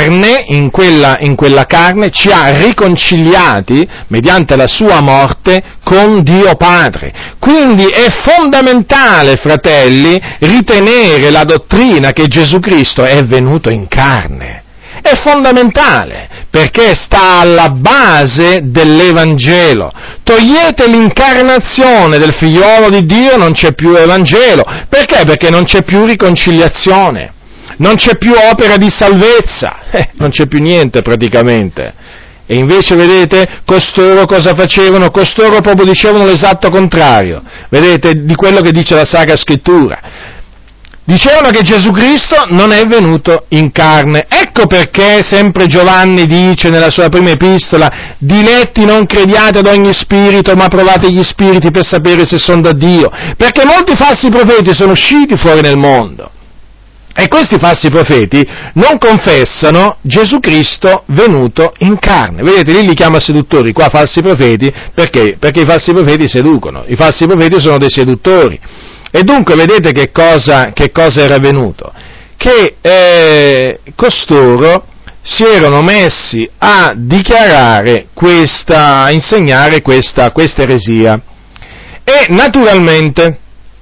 carne ci ha riconciliati mediante la sua morte con Dio Padre. Quindi è fondamentale, fratelli, ritenere la dottrina che Gesù Cristo è venuto in carne. È fondamentale, perché sta alla base dell'Evangelo. Togliete l'incarnazione del figliolo di Dio, non c'è più Evangelo. Perché? Perché non c'è più riconciliazione, non c'è più opera di salvezza, non c'è più niente praticamente. E invece, vedete, costoro cosa facevano? Costoro proprio dicevano l'esatto contrario, vedete, di quello che dice la Sacra Scrittura. Dicevano che Gesù Cristo non è venuto in carne. Ecco perché sempre Giovanni dice nella sua prima epistola: diletti, non crediate ad ogni spirito, ma provate gli spiriti per sapere se sono da Dio. Perché molti falsi profeti sono usciti fuori nel mondo. E questi falsi profeti non confessano Gesù Cristo venuto in carne. Vedete, lì li chiama seduttori, qua falsi profeti, perché? Perché i falsi profeti seducono. I falsi profeti sono dei seduttori. E dunque vedete che cosa era avvenuto? Che costoro si erano messi a dichiarare a insegnare questa eresia. E naturalmente,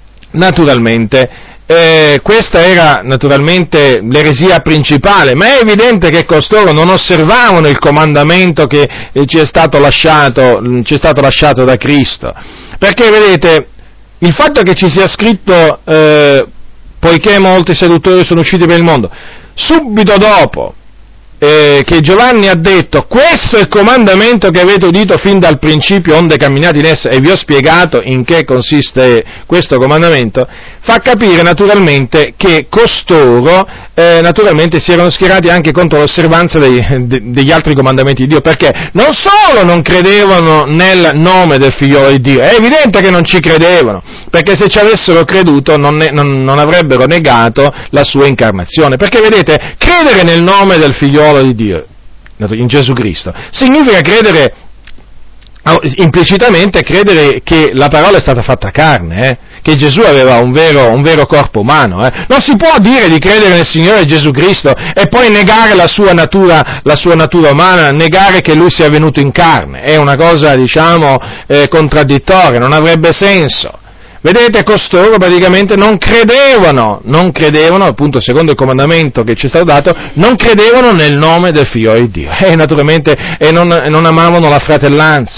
questa era naturalmente l'eresia principale, ma è evidente che costoro non osservavano il comandamento che ci è stato lasciato da Cristo. Perché vedete, il fatto che ci sia scritto, poiché molti seduttori sono usciti per il mondo, subito dopo che Giovanni ha detto: questo è il comandamento che avete udito fin dal principio, onde camminate in esso, e vi ho spiegato in che consiste questo comandamento, fa capire naturalmente che costoro naturalmente si erano schierati anche contro l'osservanza degli altri comandamenti di Dio, perché non solo non credevano nel nome del figliolo di Dio, è evidente che non ci credevano, perché se ci avessero creduto non avrebbero negato la sua incarnazione, perché vedete, credere nel nome del figliolo di Dio, in Gesù Cristo, significa credere, implicitamente credere che la parola è stata fatta carne, che Gesù aveva un vero corpo umano. Non si può dire di credere nel Signore Gesù Cristo e poi negare la sua natura umana, negare che Lui sia venuto in carne. È una cosa, contraddittoria, non avrebbe senso. Vedete, costoro praticamente non credevano, appunto, secondo il comandamento che ci è stato dato, non credevano nel nome del Figlio di Dio. E naturalmente non amavano la fratellanza,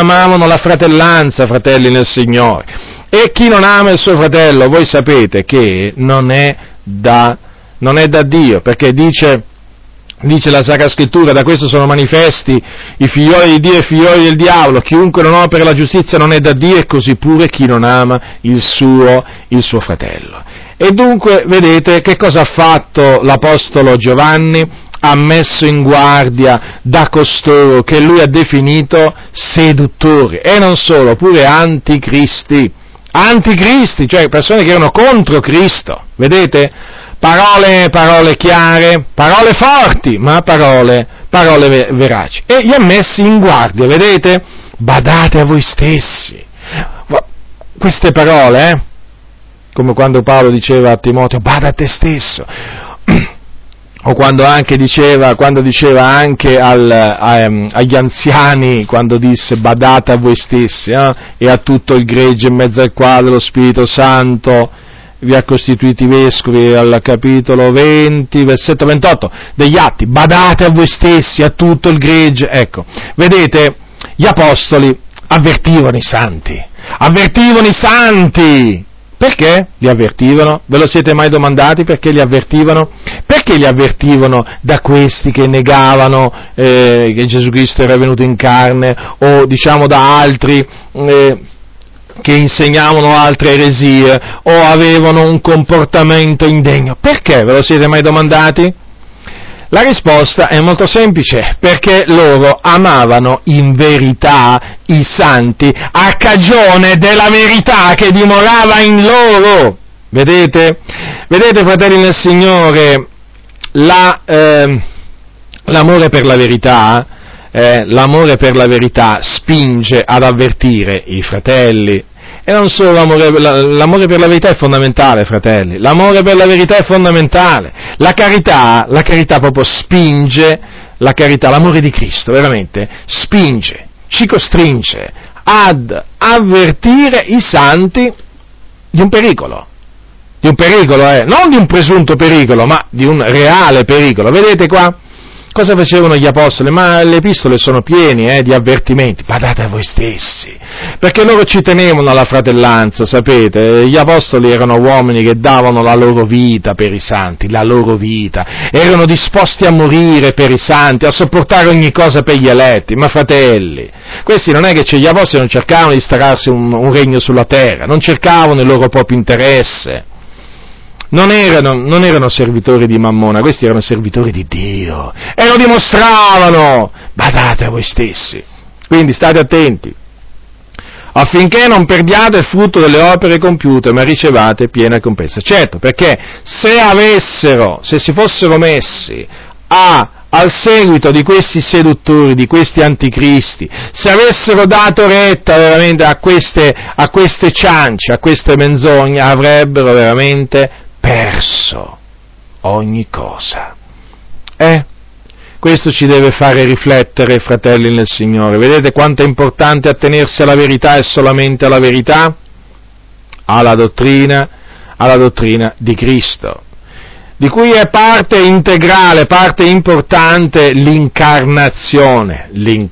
fratelli nel Signore. E chi non ama il suo fratello, voi sapete che non è da Dio, perché dice la Sacra Scrittura: da questo sono manifesti i figlioli di Dio e i figlioli del diavolo, chiunque non opera la giustizia non è da Dio, e così pure chi non ama il suo fratello. E dunque, vedete, che cosa ha fatto l'Apostolo Giovanni? Ha messo in guardia da costoro che lui ha definito seduttori, e non solo, pure anticristi, cioè persone che erano contro Cristo, vedete? parole chiare, parole forti, ma parole veraci. E li ha messi in guardia, vedete? Badate a voi stessi. Queste parole, come quando Paolo diceva a Timoteo, bada a te stesso, o quando diceva anche agli anziani, quando disse badate a voi stessi, e a tutto il gregge in mezzo al quale lo Spirito Santo vi ha costituiti vescovi, al capitolo 20, versetto 28 degli Atti, badate a voi stessi, a tutto il gregge. Ecco, vedete, gli apostoli avvertivano i santi. Perché li avvertivano? Ve lo siete mai domandati perché li avvertivano? Perché li avvertivano da questi che negavano che Gesù Cristo era venuto in carne, o diciamo da altri che insegnavano altre eresie o avevano un comportamento indegno? Perché? Ve lo siete mai domandati? La risposta è molto semplice, perché loro amavano in verità i santi a cagione della verità che dimorava in loro. Vedete, fratelli nel Signore, l'amore per la verità spinge ad avvertire i fratelli. E non solo l'amore per la verità è fondamentale, fratelli, l'amore per la verità è fondamentale. La carità proprio spinge, l'amore di Cristo veramente spinge, ci costringe ad avvertire i santi di un pericolo, non di un presunto pericolo, ma di un reale pericolo. Vedete qua? Cosa facevano gli apostoli? Ma le epistole sono piene di avvertimenti. Badate a voi stessi, perché loro ci tenevano alla fratellanza, sapete? Gli apostoli erano uomini che davano la loro vita per i santi, erano disposti a morire per i santi, a sopportare ogni cosa per gli eletti. Ma fratelli, questi non è che gli apostoli non cercavano di instaurarsi un regno sulla terra, non cercavano il loro proprio interesse. Non erano servitori di Mammona, questi erano servitori di Dio, e lo dimostravano. Badate a voi stessi, quindi state attenti, affinché non perdiate il frutto delle opere compiute, ma ricevate piena ricompensa. Certo, perché se si fossero messi al seguito di questi seduttori, di questi anticristi, se avessero dato retta veramente a queste ciance, a queste menzogne, avrebbero veramente perso ogni cosa. Questo ci deve fare riflettere, fratelli nel Signore. Vedete quanto è importante attenersi alla verità e solamente alla verità? Alla dottrina di Cristo, di cui è parte integrale, parte importante l'incarnazione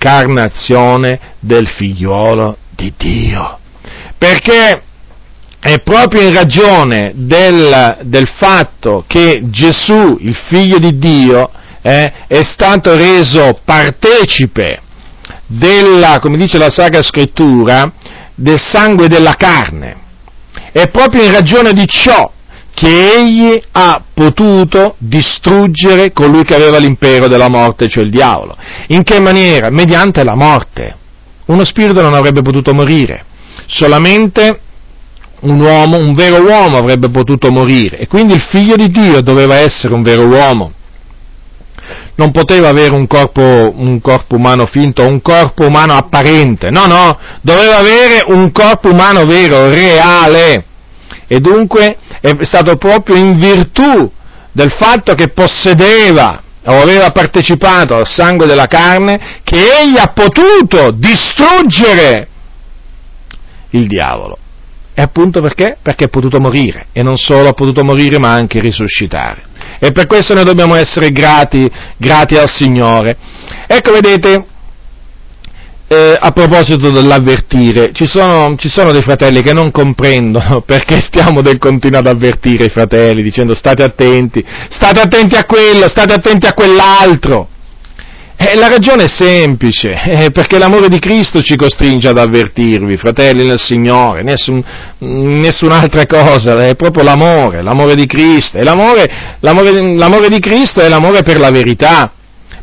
del figliuolo di Dio. Perché è proprio in ragione del fatto che Gesù, il Figlio di Dio, è stato reso partecipe come dice la Sacra Scrittura, del sangue della carne. È proprio in ragione di ciò che egli ha potuto distruggere colui che aveva l'impero della morte, cioè il diavolo. In che maniera? Mediante la morte. Uno spirito non avrebbe potuto morire, solamente un vero uomo avrebbe potuto morire, e quindi il Figlio di Dio doveva essere un vero uomo. Non poteva avere un corpo umano finto, un corpo umano apparente, no, doveva avere un corpo umano vero, reale, e dunque è stato proprio in virtù del fatto che possedeva o aveva partecipato al sangue della carne che egli ha potuto distruggere il diavolo. E appunto perché? Perché è potuto morire, e non solo ha potuto morire ma anche risuscitare. E per questo noi dobbiamo essere grati al Signore. Ecco, vedete, a proposito dell'avvertire, ci sono dei fratelli che non comprendono perché stiamo del continuare ad avvertire i fratelli, dicendo state attenti a quello, state attenti a quell'altro. La ragione è semplice, perché l'amore di Cristo ci costringe ad avvertirvi, fratelli nel Signore, nessun'altra cosa, è proprio l'amore di Cristo, e l'amore di Cristo è l'amore per la verità,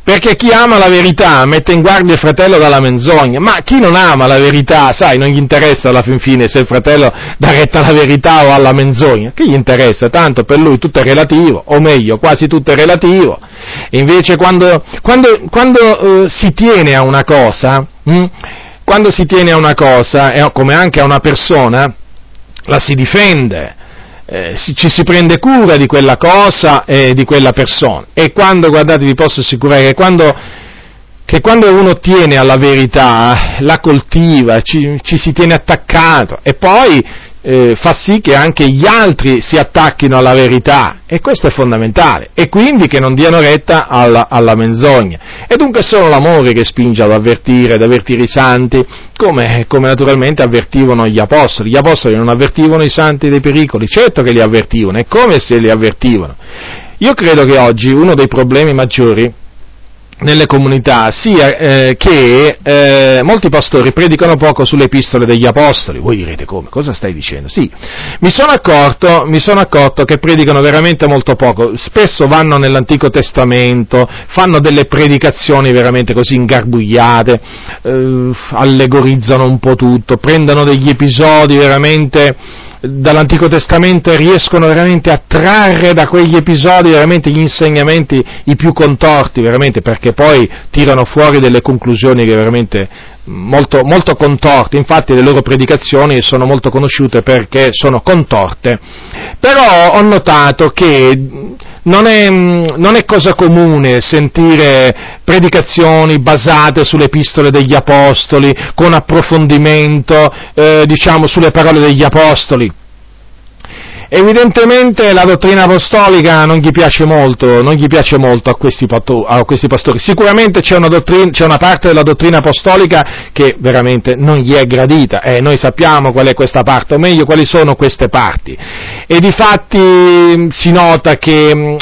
Perché chi ama la verità mette in guardia il fratello dalla menzogna, ma chi non ama la verità, sai, non gli interessa alla fin fine se il fratello dà retta alla verità o alla menzogna, che gli interessa? Tanto per lui tutto è relativo, o meglio, quasi tutto è relativo. E invece quando si tiene a una cosa, come anche a una persona, la si difende. Ci si prende cura di quella cosa e di quella persona, e quando, guardate, vi posso assicurare che quando uno tiene alla verità, la coltiva, ci si tiene attaccato, e poi fa sì che anche gli altri si attacchino alla verità, e questo è fondamentale, e quindi che non diano retta alla menzogna. E dunque è solo l'amore che spinge ad avvertire i santi, come naturalmente avvertivano gli apostoli. Gli apostoli non avvertivano i santi dei pericoli, certo che li avvertivano, e come se li avvertivano. Io credo che oggi uno dei problemi maggiori nelle comunità sia che molti pastori predicano poco sulle epistole degli apostoli. Voi direte: come? Cosa stai dicendo? Sì, mi sono accorto che predicano veramente molto poco. Spesso vanno nell'Antico Testamento, fanno delle predicazioni veramente così ingarbugliate, allegorizzano un po' tutto, prendono degli episodi veramente dall'Antico Testamento e riescono veramente a trarre da quegli episodi veramente gli insegnamenti i più contorti, veramente, perché poi tirano fuori delle conclusioni che veramente molto, molto contorte. Infatti le loro predicazioni sono molto conosciute perché sono contorte. Però ho notato che non è cosa comune sentire predicazioni basate sulle epistole degli apostoli, con approfondimento, sulle parole degli apostoli. Evidentemente la dottrina apostolica non gli piace molto a questi pastori. Sicuramente c'è una parte della dottrina apostolica che veramente non gli è gradita, e noi sappiamo qual è questa parte, o meglio quali sono queste parti. E difatti si nota che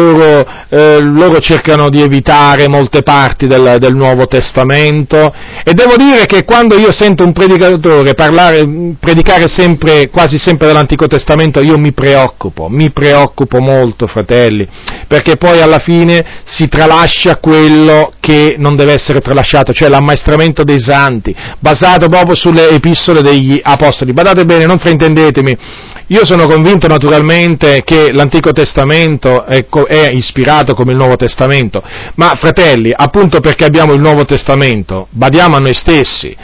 loro cercano di evitare molte parti del Nuovo Testamento, e devo dire che quando io sento un predicatore predicare quasi sempre dall'Antico Testamento, io mi preoccupo molto, fratelli, perché poi alla fine si tralascia quello che non deve essere tralasciato, cioè l'ammaestramento dei santi, basato proprio sulle epistole degli apostoli. Badate bene, non fraintendetemi, io sono convinto naturalmente che l'Antico Testamento è ispirato come il Nuovo Testamento, ma fratelli, appunto perché abbiamo il Nuovo Testamento, badiamo a noi stessi,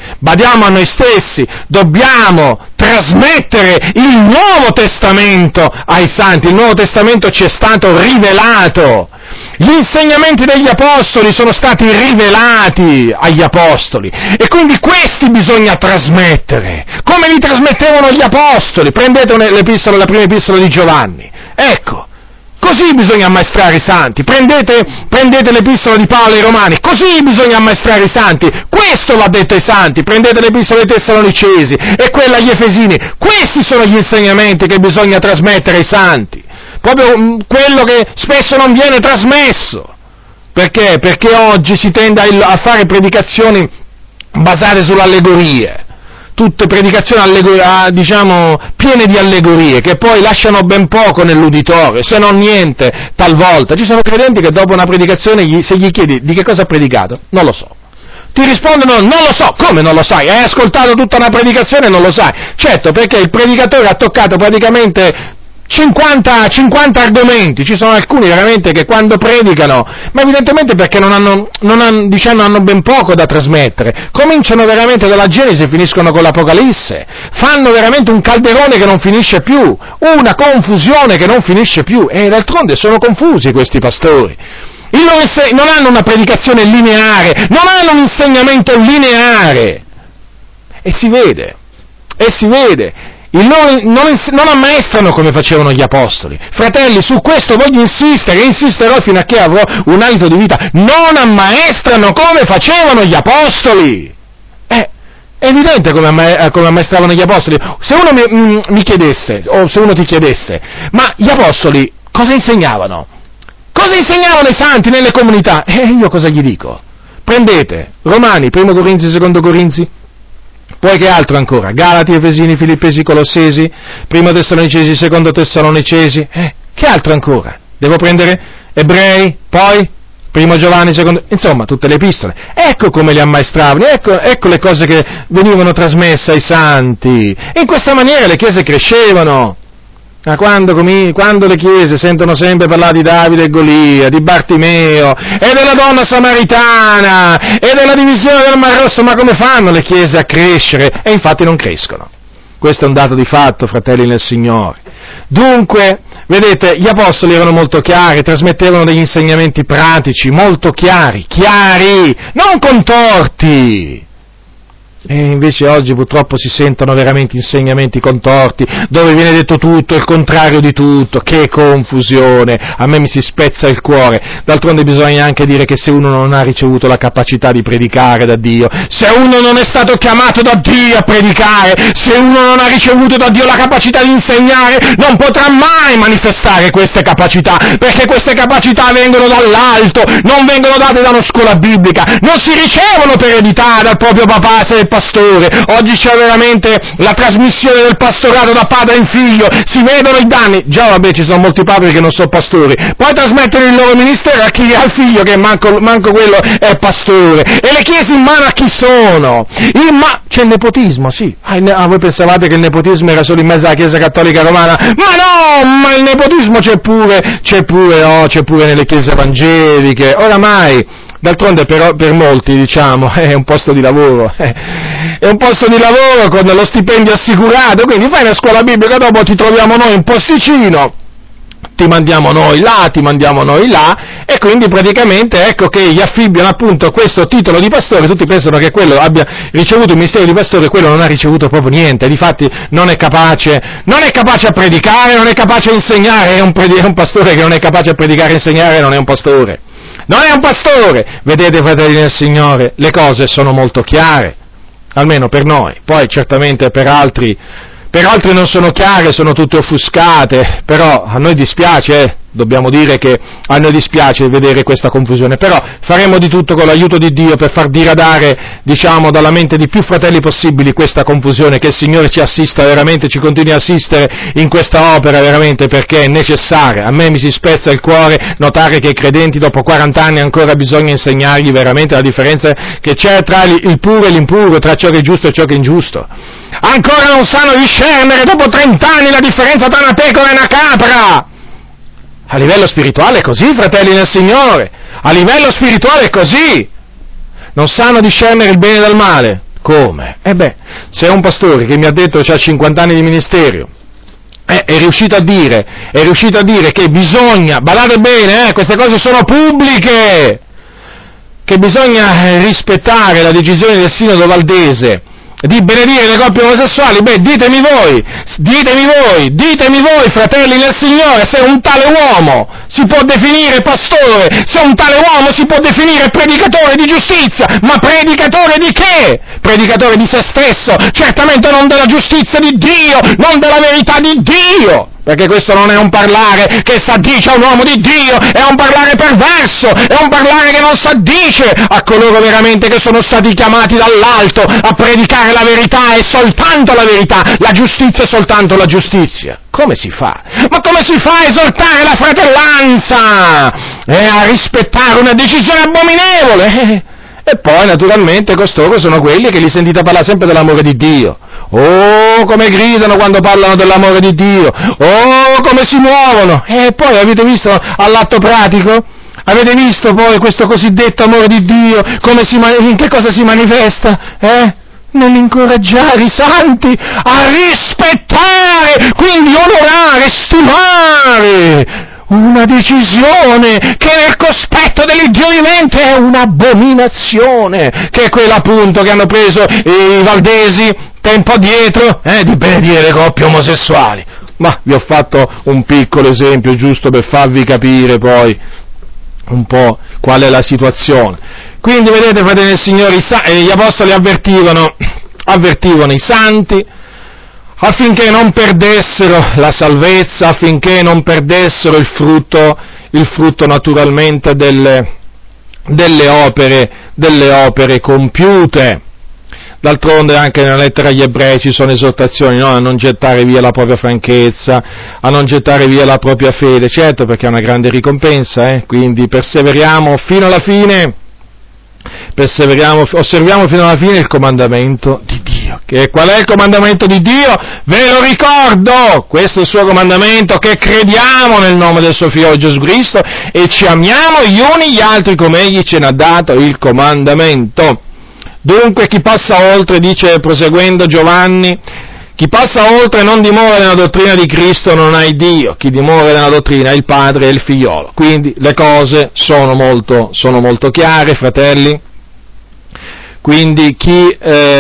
dobbiamo trasmettere il Nuovo Testamento ai santi. Il Nuovo Testamento ci è stato rivelato. Gli insegnamenti degli apostoli sono stati rivelati agli apostoli, e quindi questi bisogna trasmettere, come li trasmettevano gli apostoli. Prendete la prima epistola di Giovanni, ecco, così bisogna ammaestrare i santi. Prendete l'epistola di Paolo ai Romani, così bisogna ammaestrare i santi. Questo va detto ai santi. Prendete l'epistola ai Tessalonicesi e quella agli Efesini, questi sono gli insegnamenti che bisogna trasmettere ai santi. Proprio quello che spesso non viene trasmesso. Perché? Perché oggi si tende a fare predicazioni basate sulle allegorie, tutte predicazioni piene di allegorie, che poi lasciano ben poco nell'uditorio, se non niente talvolta. Ci sono credenti che dopo una predicazione, se gli chiedi di che cosa ha predicato, non lo so. Ti rispondono: non lo so. Come non lo sai? Hai ascoltato tutta una predicazione e non lo sai? Certo, perché il predicatore ha toccato praticamente 50 argomenti. Ci sono alcuni veramente che quando predicano, ma evidentemente perché hanno ben poco da trasmettere, cominciano veramente dalla Genesi e finiscono con l'Apocalisse, fanno veramente un calderone che non finisce più, una confusione che non finisce più, e d'altronde sono confusi questi pastori. Non hanno una predicazione lineare, non hanno un insegnamento lineare, e si vede. Non ammaestrano come facevano gli apostoli. Fratelli, su questo voglio insistere, e insisterò fino a che avrò un alito di vita. Non ammaestrano come facevano gli apostoli. È evidente come ammaestravano gli apostoli. Se uno mi chiedesse, o se uno ti chiedesse: ma gli apostoli cosa insegnavano? Cosa insegnavano i santi nelle comunità? Io cosa gli dico? Prendete Romani, 1 Corinzi, 2 Corinzi, poi che altro ancora? Galati, Efesini, Filippesi, Colossesi, 1 Tessalonicesi, 2 Tessalonicesi, che altro ancora? Devo prendere Ebrei, poi Primo Giovanni, secondo, insomma, tutte le epistole. Ecco come li ammaestravano, ecco le cose che venivano trasmesse ai santi. E in questa maniera le chiese crescevano. Ma quando le chiese sentono sempre parlare di Davide e Golia, di Bartimeo, e della donna samaritana, e della divisione del Mar Rosso, ma come fanno le chiese a crescere? E infatti non crescono. Questo è un dato di fatto, fratelli nel Signore. Dunque, vedete, gli apostoli erano molto chiari, trasmettevano degli insegnamenti pratici, molto chiari, non contorti. E invece oggi purtroppo si sentono veramente insegnamenti contorti, dove viene detto tutto, il contrario di tutto. Che confusione, a me mi si spezza il cuore. D'altronde bisogna anche dire che se uno non ha ricevuto la capacità di predicare da Dio, se uno non è stato chiamato da Dio a predicare, se uno non ha ricevuto da Dio la capacità di insegnare, non potrà mai manifestare queste capacità, perché queste capacità vengono dall'alto, non vengono date da una scuola biblica, non si ricevono per eredità dal proprio papà se pastore. Oggi c'è veramente la trasmissione del pastorato da padre in figlio, si vedono i danni. Già vabbè, ci sono molti padri che non sono pastori, poi trasmettono il loro ministero a chi ha il figlio che manco quello è pastore, e le chiese in mano a chi sono? C'è il nepotismo, sì. Voi pensavate che il nepotismo era solo in mezzo alla Chiesa Cattolica Romana? Ma no, ma il nepotismo c'è pure nelle chiese evangeliche, oramai. D'altronde per molti, diciamo, è un posto di lavoro, è un posto di lavoro con lo stipendio assicurato, quindi fai una scuola biblica, dopo ti troviamo noi in posticino, ti mandiamo noi là, e quindi praticamente ecco che gli affibbiano appunto questo titolo di pastore. Tutti pensano che quello abbia ricevuto il ministero di pastore, quello non ha ricevuto proprio niente, difatti non è capace a predicare, non è capace a insegnare, è un pastore che non è capace a predicare e insegnare, non è un pastore. Non è un pastore! Vedete, fratelli del Signore, le cose sono molto chiare, almeno per noi, poi certamente per altri non sono chiare, sono tutte offuscate, però a noi dispiace, dobbiamo dire che a noi dispiace vedere questa confusione, però faremo di tutto con l'aiuto di Dio per far diradare, diciamo, dalla mente di più fratelli possibili questa confusione, che il Signore ci assista veramente, ci continui a assistere in questa opera veramente, perché è necessaria. A me mi si spezza il cuore notare che i credenti dopo 40 anni ancora bisogna insegnargli veramente la differenza che c'è tra il puro e l'impuro, tra ciò che è giusto e ciò che è ingiusto. Ancora non sanno discernere dopo 30 anni la differenza tra una pecora e una capra. A livello spirituale è così, fratelli nel Signore, a livello spirituale è così. Non sanno discernere il bene dal male. Come? Se è un pastore che mi ha detto che ha 50 anni di ministero, è riuscito a dire che bisogna, badate bene, queste cose sono pubbliche, che bisogna rispettare la decisione del Sinodo Valdese di benedire le coppie omosessuali. Ditemi voi, fratelli nel Signore, se un tale uomo si può definire pastore, se un tale uomo si può definire predicatore di giustizia, ma predicatore di che? Predicatore di se stesso, certamente non della giustizia di Dio, non della verità di Dio. Perché questo non è un parlare che s'addice a un uomo di Dio, è un parlare perverso, è un parlare che non s'addice a coloro veramente che sono stati chiamati dall'alto a predicare la verità e soltanto la verità, la giustizia e soltanto la giustizia. Come si fa? Ma come si fa a esortare la fratellanza e a rispettare una decisione abominevole? E poi naturalmente costoro sono quelli che li sentite parlare sempre dell'amore di Dio. Oh, come gridano quando parlano dell'amore di Dio! Oh, come si muovono! E poi avete visto all'atto pratico? Avete visto poi questo cosiddetto amore di Dio? In che cosa si manifesta? Nell'incoraggiare i santi a rispettare, quindi onorare, stimare una decisione che nel cospetto dell'Iddio vivente è un'abominazione, che è quella appunto che hanno preso i valdesi tempo addietro, di benedire le coppie omosessuali. Ma vi ho fatto un piccolo esempio giusto per farvi capire poi un po' qual è la situazione. Quindi vedete, fratelli del Signore, gli apostoli avvertivano i santi affinché non perdessero la salvezza, affinché non perdessero il frutto naturalmente delle opere compiute. D'altronde anche nella lettera agli ebrei ci sono esortazioni, no? A non gettare via la propria franchezza, a non gettare via la propria fede, certo, perché è una grande ricompensa, quindi perseveriamo fino alla fine, osserviamo fino alla fine il comandamento di Dio. Qual è il comandamento di Dio? Ve lo ricordo! Questo è il suo comandamento, che crediamo nel nome del suo Figlio Gesù Cristo e ci amiamo gli uni gli altri come Egli ce n'ha dato il comandamento. Dunque chi passa oltre, dice proseguendo Giovanni, chi passa oltre e non dimora nella dottrina di Cristo non ha il Dio, chi dimora nella dottrina è il Padre e il Figliolo. Quindi le cose sono molto chiare, fratelli. Quindi chi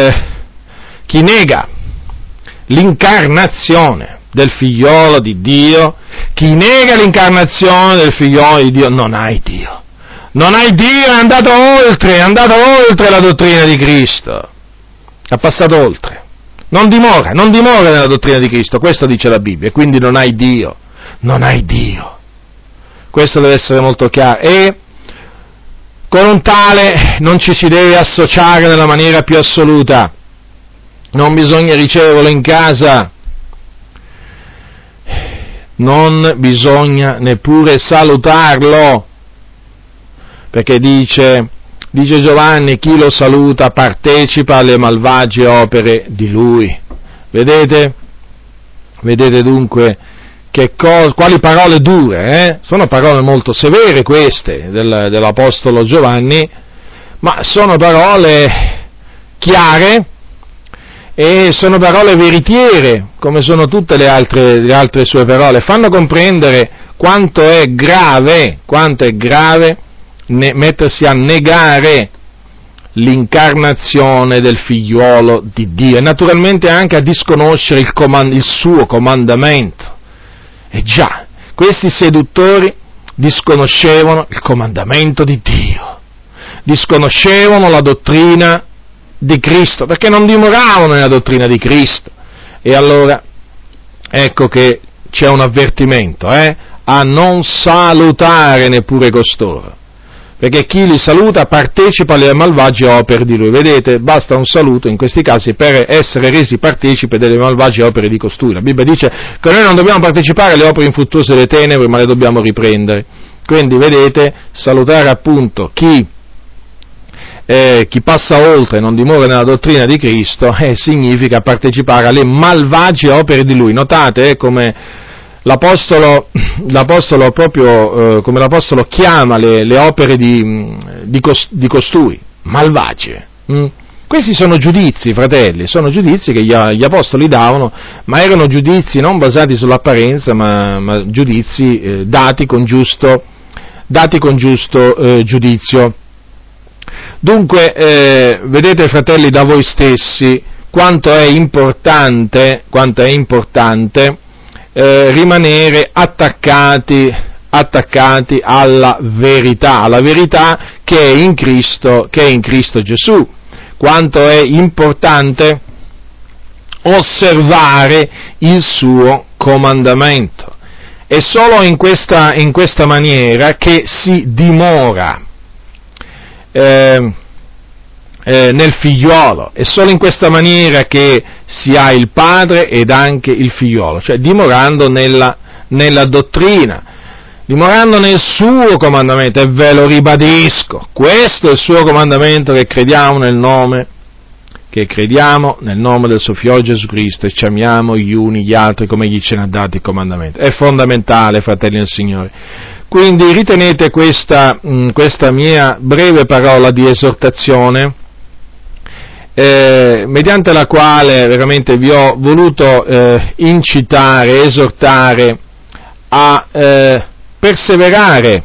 nega l'incarnazione del Figliolo di Dio, chi nega l'incarnazione del Figliolo di Dio non ha il Dio. Non ha il Dio, è andato oltre la dottrina di Cristo, ha passato oltre, non dimora nella dottrina di Cristo, questo dice la Bibbia, e quindi non ha il Dio, questo deve essere molto chiaro, e con un tale non ci si deve associare nella maniera più assoluta, non bisogna riceverlo in casa, non bisogna neppure salutarlo, perché dice Giovanni, chi lo saluta partecipa alle malvagie opere di lui. Vedete dunque quali parole dure, Sono parole molto severe queste dell'Apostolo Giovanni, ma sono parole chiare e sono parole veritiere, come sono tutte le altre sue parole. Fanno comprendere quanto è grave mettersi a negare l'incarnazione del Figliuolo di Dio e naturalmente anche a disconoscere il suo comandamento. E già, questi seduttori disconoscevano il comandamento di Dio, disconoscevano la dottrina di Cristo, perché non dimoravano nella dottrina di Cristo. E allora, ecco che c'è un avvertimento, a non salutare neppure costoro, perché chi li saluta partecipa alle malvagie opere di lui. Vedete, basta un saluto in questi casi per essere resi partecipi delle malvagie opere di costui. La Bibbia dice che noi non dobbiamo partecipare alle opere infruttuose delle tenebre, ma le dobbiamo riprendere. Quindi, vedete, salutare appunto chi passa oltre e non dimora nella dottrina di Cristo, significa partecipare alle malvagie opere di lui. Notate come l'Apostolo proprio, come l'Apostolo chiama le opere di costui, malvagie. Questi sono giudizi, fratelli, sono giudizi che gli Apostoli davano, ma erano giudizi non basati sull'apparenza, ma giudizi dati con giusto giudizio. Dunque, vedete, fratelli, da voi stessi quanto è importante rimanere attaccati alla verità che è in Cristo Gesù, quanto è importante osservare il suo comandamento. È solo in questa maniera che si dimora nel figliuolo, è solo in questa maniera che si ha il Padre ed anche il figliuolo, cioè dimorando nella dottrina, dimorando nel suo comandamento, e ve lo ribadisco, questo è il suo comandamento, che crediamo nel nome del suo Figlio Gesù Cristo e ci amiamo gli uni gli altri come Egli ce ne ha dato il comandamento. È fondamentale, fratelli del Signore. Quindi ritenete questa mia breve parola di esortazione, mediante la quale veramente vi ho voluto incitare, esortare a perseverare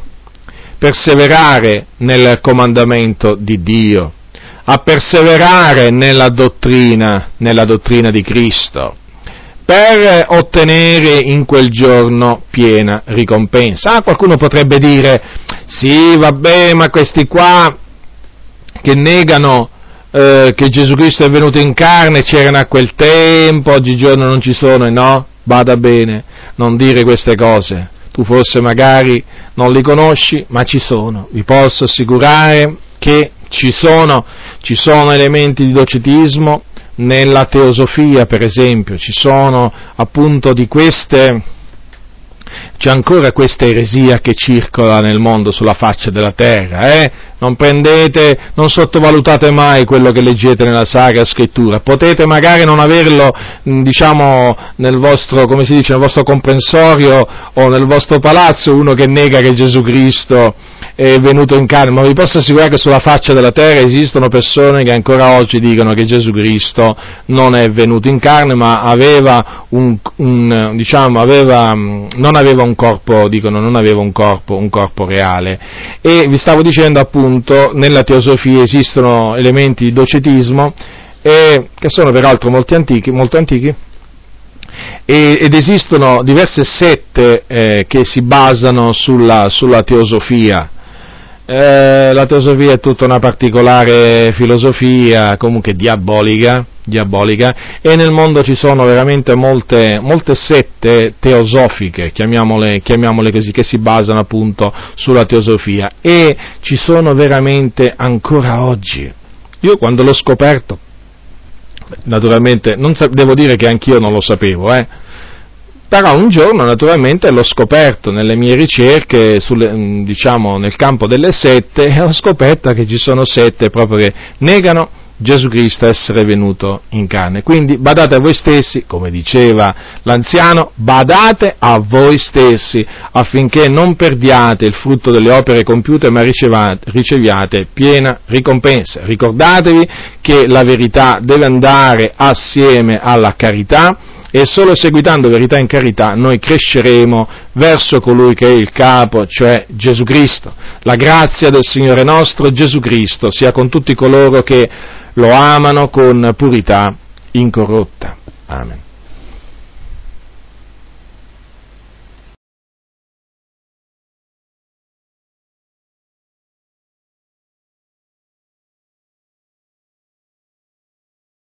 nel comandamento di Dio, a perseverare nella dottrina di Cristo, per ottenere in quel giorno piena ricompensa. Qualcuno potrebbe dire, sì, vabbè, ma questi qua che negano che Gesù Cristo è venuto in carne, c'erano a quel tempo, oggigiorno non ci sono, e no, bada bene, non dire queste cose, tu forse magari non li conosci, ma ci sono, vi posso assicurare che Ci sono elementi di docetismo nella teosofia, per esempio, ci sono appunto c'è ancora questa eresia che circola nel mondo sulla faccia della terra, non sottovalutate mai quello che leggete nella Sacra Scrittura. Potete magari non averlo, nel vostro, come si dice, nel vostro comprensorio o nel vostro palazzo, uno che nega che Gesù Cristo è venuto in carne, ma vi posso assicurare che sulla faccia della terra esistono persone che ancora oggi dicono che Gesù Cristo non è venuto in carne, ma non aveva un corpo reale. E vi stavo dicendo appunto, nella teosofia esistono elementi di docetismo, che sono peraltro molto antichi, ed esistono diverse sette che si basano sulla teosofia. La teosofia è tutta una particolare filosofia, comunque diabolica, e nel mondo ci sono veramente molte sette teosofiche, chiamiamole così, che si basano appunto sulla teosofia, e ci sono veramente ancora oggi. Io quando l'ho scoperto, naturalmente, devo dire che anch'io non lo sapevo, però un giorno naturalmente l'ho scoperto nelle mie ricerche, nel campo delle sette, e ho scoperto che ci sono sette proprio che negano Gesù Cristo essere venuto in carne. Quindi badate a voi stessi, come diceva l'anziano, badate a voi stessi affinché non perdiate il frutto delle opere compiute, ma riceviate piena ricompensa. Ricordatevi che la verità deve andare assieme alla carità, e solo seguitando verità in carità noi cresceremo verso colui che è il capo, cioè Gesù Cristo. La grazia del Signore nostro Gesù Cristo sia con tutti coloro che lo amano con purità incorrotta. Amen.